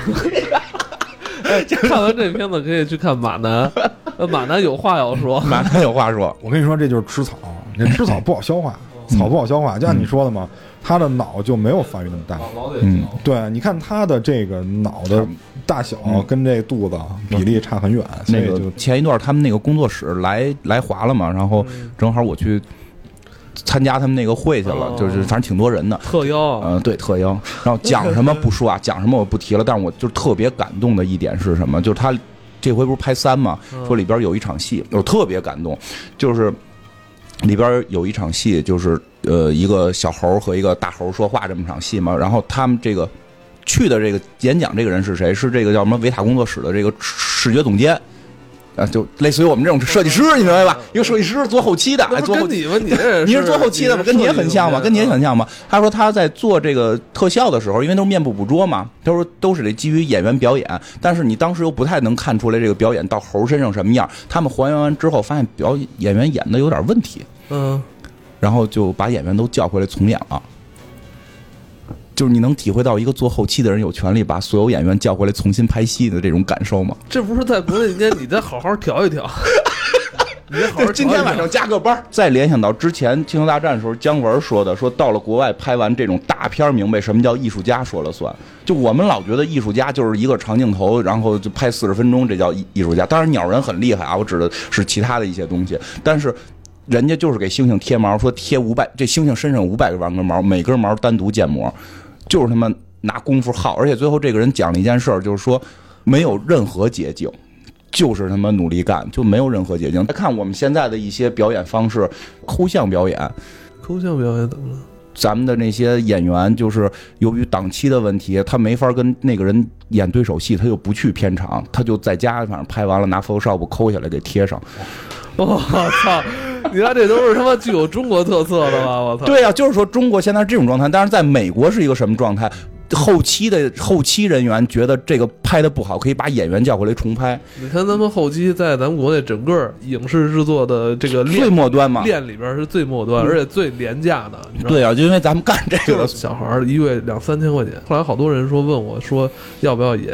看完这片子可以去看马男，马男有话要说， 马男有话说。 我跟你说，这就是吃草，这吃草不好消化，草不好消化，就像你说的嘛，他的脑就没有发育那么大。嗯，对，你看他的这个脑的大小跟这肚子比例差很远。 那个前一段他们那个工作室来来华了嘛，然后正好我去。参加他们那个会去了，哦、就是反正挺多人的特邀， 嗯、呃，对特邀。然后讲什么不说啊，讲什么我不提了。但是我就特别感动的一点是什么？就是他这回不是拍三嘛，说里边有一场戏，我特别感动，就是里边有一场戏，就是呃一个小猴和一个大猴说话这么场戏嘛。然后他们这个去的这个演讲这个人是谁？是这个叫什么维塔工作室的这个视觉总监。啊，就类似于我们这种设计师，你明白吧？一个设计师做后期的，哎，做后期。你你这你是做后期的吗？跟你也很像吗？跟你也很像吗？他说他在做这个特效的时候，因为都是面部捕捉嘛，他说都是得基于演员表演，但是你当时又不太能看出来这个表演到猴身上什么样。他们还原完之后，发现表演员演的有点问题， 嗯， 然后就把演员都叫回来重演了。就是你能体会到一个做后期的人有权利把所有演员叫回来重新拍戏的这种感受吗？ 这不是在国内应该你再好好调一调，你再好好调一调。 今天晚上加个班。再联想到之前《星球大战》的时候，姜文说的，说到了国外拍完这种大片，明白什么叫艺术家说了算。就我们老觉得艺术家就是一个长镜头，然后就拍四十分钟，这叫艺术家。当然鸟人很厉害啊，我指的是其他的一些东西，但是。人家就是给猩猩贴毛，说贴五百，这猩猩身上五百个万根毛，每根毛单独建模，就是他们拿功夫耗。而且最后这个人讲了一件事儿，就是说没有任何捷径，就是他妈努力干，就没有任何捷径。再看我们现在的一些表演方式，抠像表演， 抠像表演怎么了？ 咱们的那些演员就是由于档期的问题，他没法跟那个人演对手戏，他就不去片场，他就在家反正拍完了拿 Photoshop 抠下来给贴上。 我操！你看这都是他妈具有中国特色的吧？我操！ 对啊，就是说中国现在这种状态，但是在美国是一个什么状态？后期的后期人员觉得这个拍的不好，可以把演员叫回来重拍。 你看咱们后期在咱们国内整个影视制作的这个最末端嘛， 链里边是最末端，嗯、而且最廉价的。 对啊，就因为咱们干这个， 小孩一个月两三千块钱。后来好多人说问我说要不要也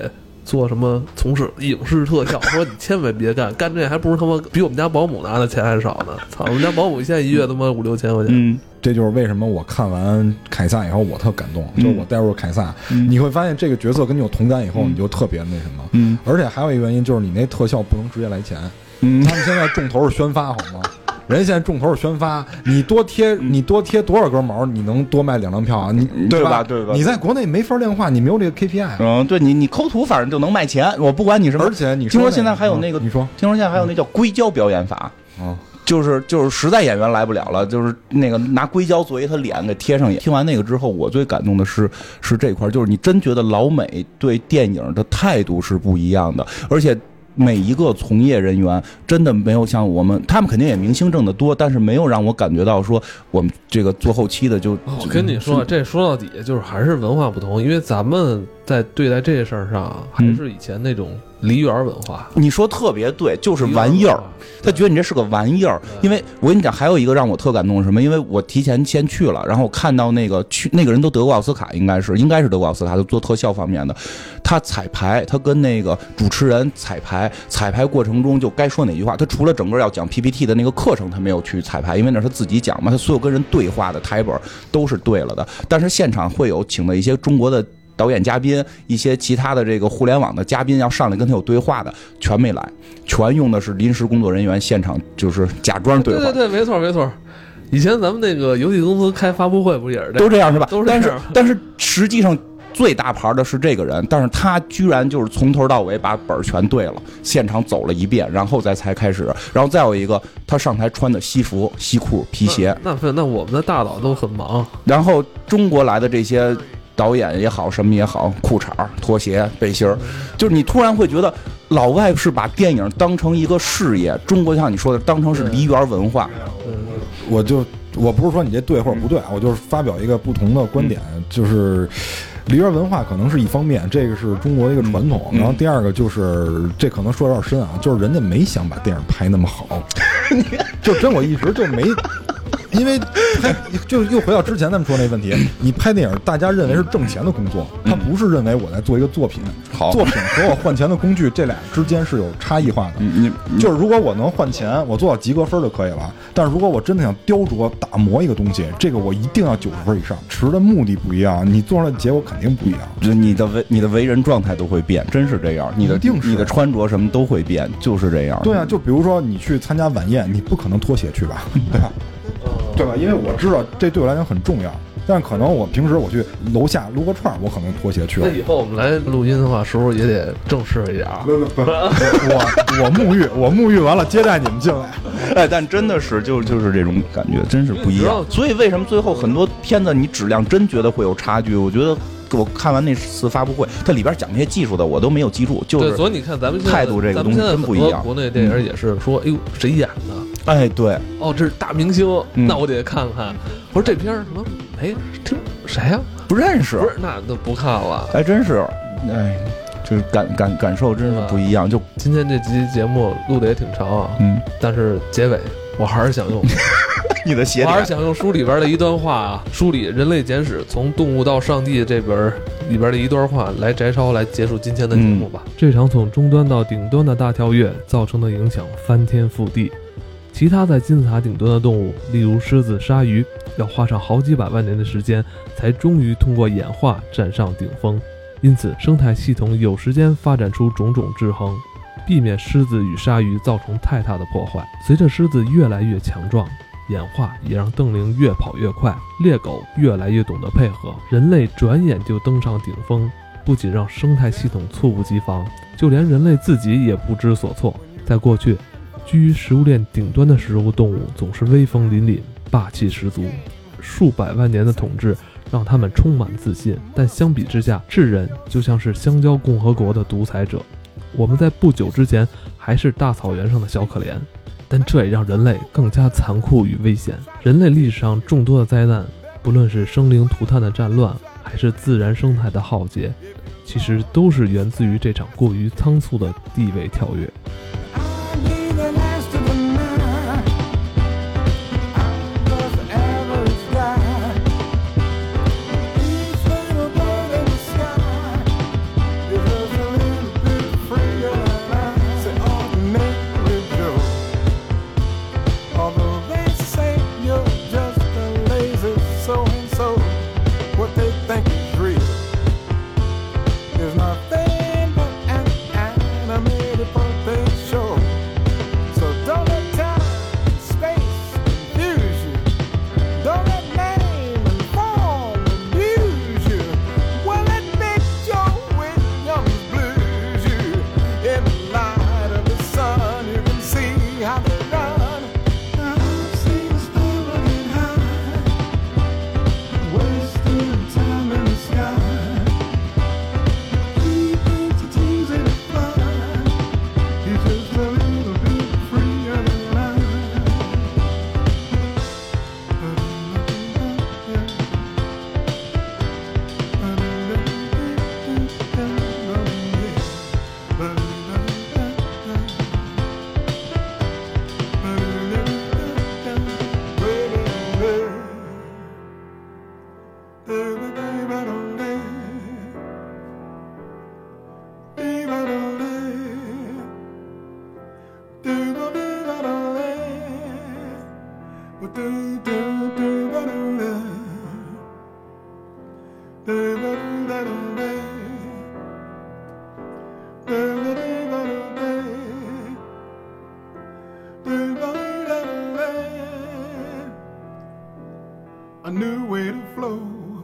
做什么从事影视特效，说你千万别干，干这还不如他妈比我们家保姆拿的钱还少呢。操，我们家保姆现在一月他妈五六千块钱。 嗯，这就是为什么我看完凯撒以后我特感动， 嗯、 就是我带入凯撒、嗯，你会发现这个角色跟你有同感以后，嗯、你就特别那什么。嗯，而且还有一个原因就是你那特效不能直接来钱。嗯，他们现在重头是宣发，好吗？人现在重头是宣发，你多贴你多贴多少根毛，你能多卖两张票啊？你对吧？ 对吧？ 你在国内没法量化，你没有这个 K P I。 嗯，对你你抠图反正就能卖钱，我不管你什么。 而且你听说现在还有那个， 嗯、你说听说现在还有那叫硅胶表演法，嗯，就是就是实在演员来不了了，就是那个拿硅胶作为他脸给贴上。听完那个之后，我最感动的是是这块，就是你真觉得老美对电影的态度是不一样的，而且。每一个从业人员真的没有像我们，他们肯定也明星挣得多，但是没有让我感觉到说我们这个做后期的就。 我跟你说，这说到底就是还是文化不同，因为咱们在对待这事儿上还是以前那种梨园文化。 你说特别对，就是玩意儿，他觉得你这是个玩意儿。因为我跟你讲，还有一个让我特感动的是什么？因为我提前先去了，然后看到那个去那个人都得过奥斯卡，应该是应该是得过奥斯卡，就做特效方面的。他彩排，他跟那个主持人彩排，彩排过程中就该说哪句话。他除了整个要讲 P P T 的那个课程，他没有去彩排，因为那是他自己讲嘛。他所有跟人对话的台本都是对了的，但是现场会有请的一些中国的导演嘉宾，一些其他的这个互联网的嘉宾要上来跟他有对话的，全没来，全用的是临时工作人员现场就是假装对话。 对对对，没错没错。以前咱们那个游戏公司开发布会不也是这样？ 都这样是吧？ 都是这样。 但是但是实际上。最大牌的是这个人，但是他居然就是从头到尾把本全对了，现场走了一遍，然后再才开始。然后再有一个，他上台穿的西服、西裤、皮鞋。 那那那我们的大佬都很忙。 然后中国来的这些导演也好，什么也好，裤衩、拖鞋、背心儿，就是你突然会觉得老外是把电影当成一个事业，中国像你说的当成是梨园文化。 嗯，我就我不是说你这对或者不对，我就是发表一个不同的观点，嗯、就是。梨园文化可能是一方面，这个是中国的一个传统。然后第二个就是，这可能说有点深啊，就是人家没想把电影拍那么好，就真我一直就没，因为拍就又回到之前咱们说那问题，你拍电影，大家认为是挣钱的工作，他不是认为我在做一个作品。好，作品和我换钱的工具，这俩之间是有差异化的。你就是如果我能换钱，我做到及格分就可以了。但是如果我真的想雕琢打磨一个东西，这个我一定要九十分以上。持的目的不一样，你做出来的结果肯定不一样。 就你的为你的为人状态都会变，真是这样。你的你的穿着什么都会变，就是这样。 对啊，就比如说你去参加晚宴，你不可能脱鞋去吧，对吧？对吧？因为我知道这对我来讲很重要。但可能我平时我去楼下撸个串，我可能脱鞋去了。 那以后我们来录音的话，是不是也得正式一点啊？ 不不不，我我沐浴，我沐浴完了接待你们进来。 哎，但真的是就就是这种感觉，真是不一样。所以为什么最后很多片子你质量真觉得会有差距？我觉得我看完那次发布会，它里边讲那些技术的我都没有记住，就是所以你看咱们态度这个东西真不一样。 国内电影也是说，哎呦谁演的？ 哎，对， 哦，这是大明星，嗯、那我得看看。我说这片什么？哎，这谁呀、啊？ 不认识， 不是，那都不看了。 哎，真是，哎，这感感感受真是不一样。就今天这期节目录的也挺长啊，嗯，但是结尾我还是想用你的写， 我还是想用书里边的一段话啊，书里《人类简史：从动物到上帝》这本里边的一段话来摘抄，来结束今天的节目吧。嗯、这场从终端到顶端的大跳跃造成的影响翻天覆地。其他在金字塔顶端的动物，例如狮子、鲨鱼，要花上好几百万年的时间，才终于通过演化站上顶峰。因此，生态系统有时间发展出种种制衡，避免狮子与鲨鱼造成太大的破坏。随着狮子越来越强壮，演化也让瞪羚越跑越快，猎狗越来越懂得配合，人类转眼就登上顶峰，不仅让生态系统猝不及防，就连人类自己也不知所措。在过去，居于食物链顶端的食物动物总是威风凛凛、霸气十足，数百万年的统治让他们充满自信。但相比之下，智人就像是香蕉共和国的独裁者。我们在不久之前还是大草原上的小可怜，但这也让人类更加残酷与危险。人类历史上众多的灾难，不论是生灵涂炭的战乱，还是自然生态的浩劫，其实都是源自于这场过于仓促的地位跳跃。 A new way to flow.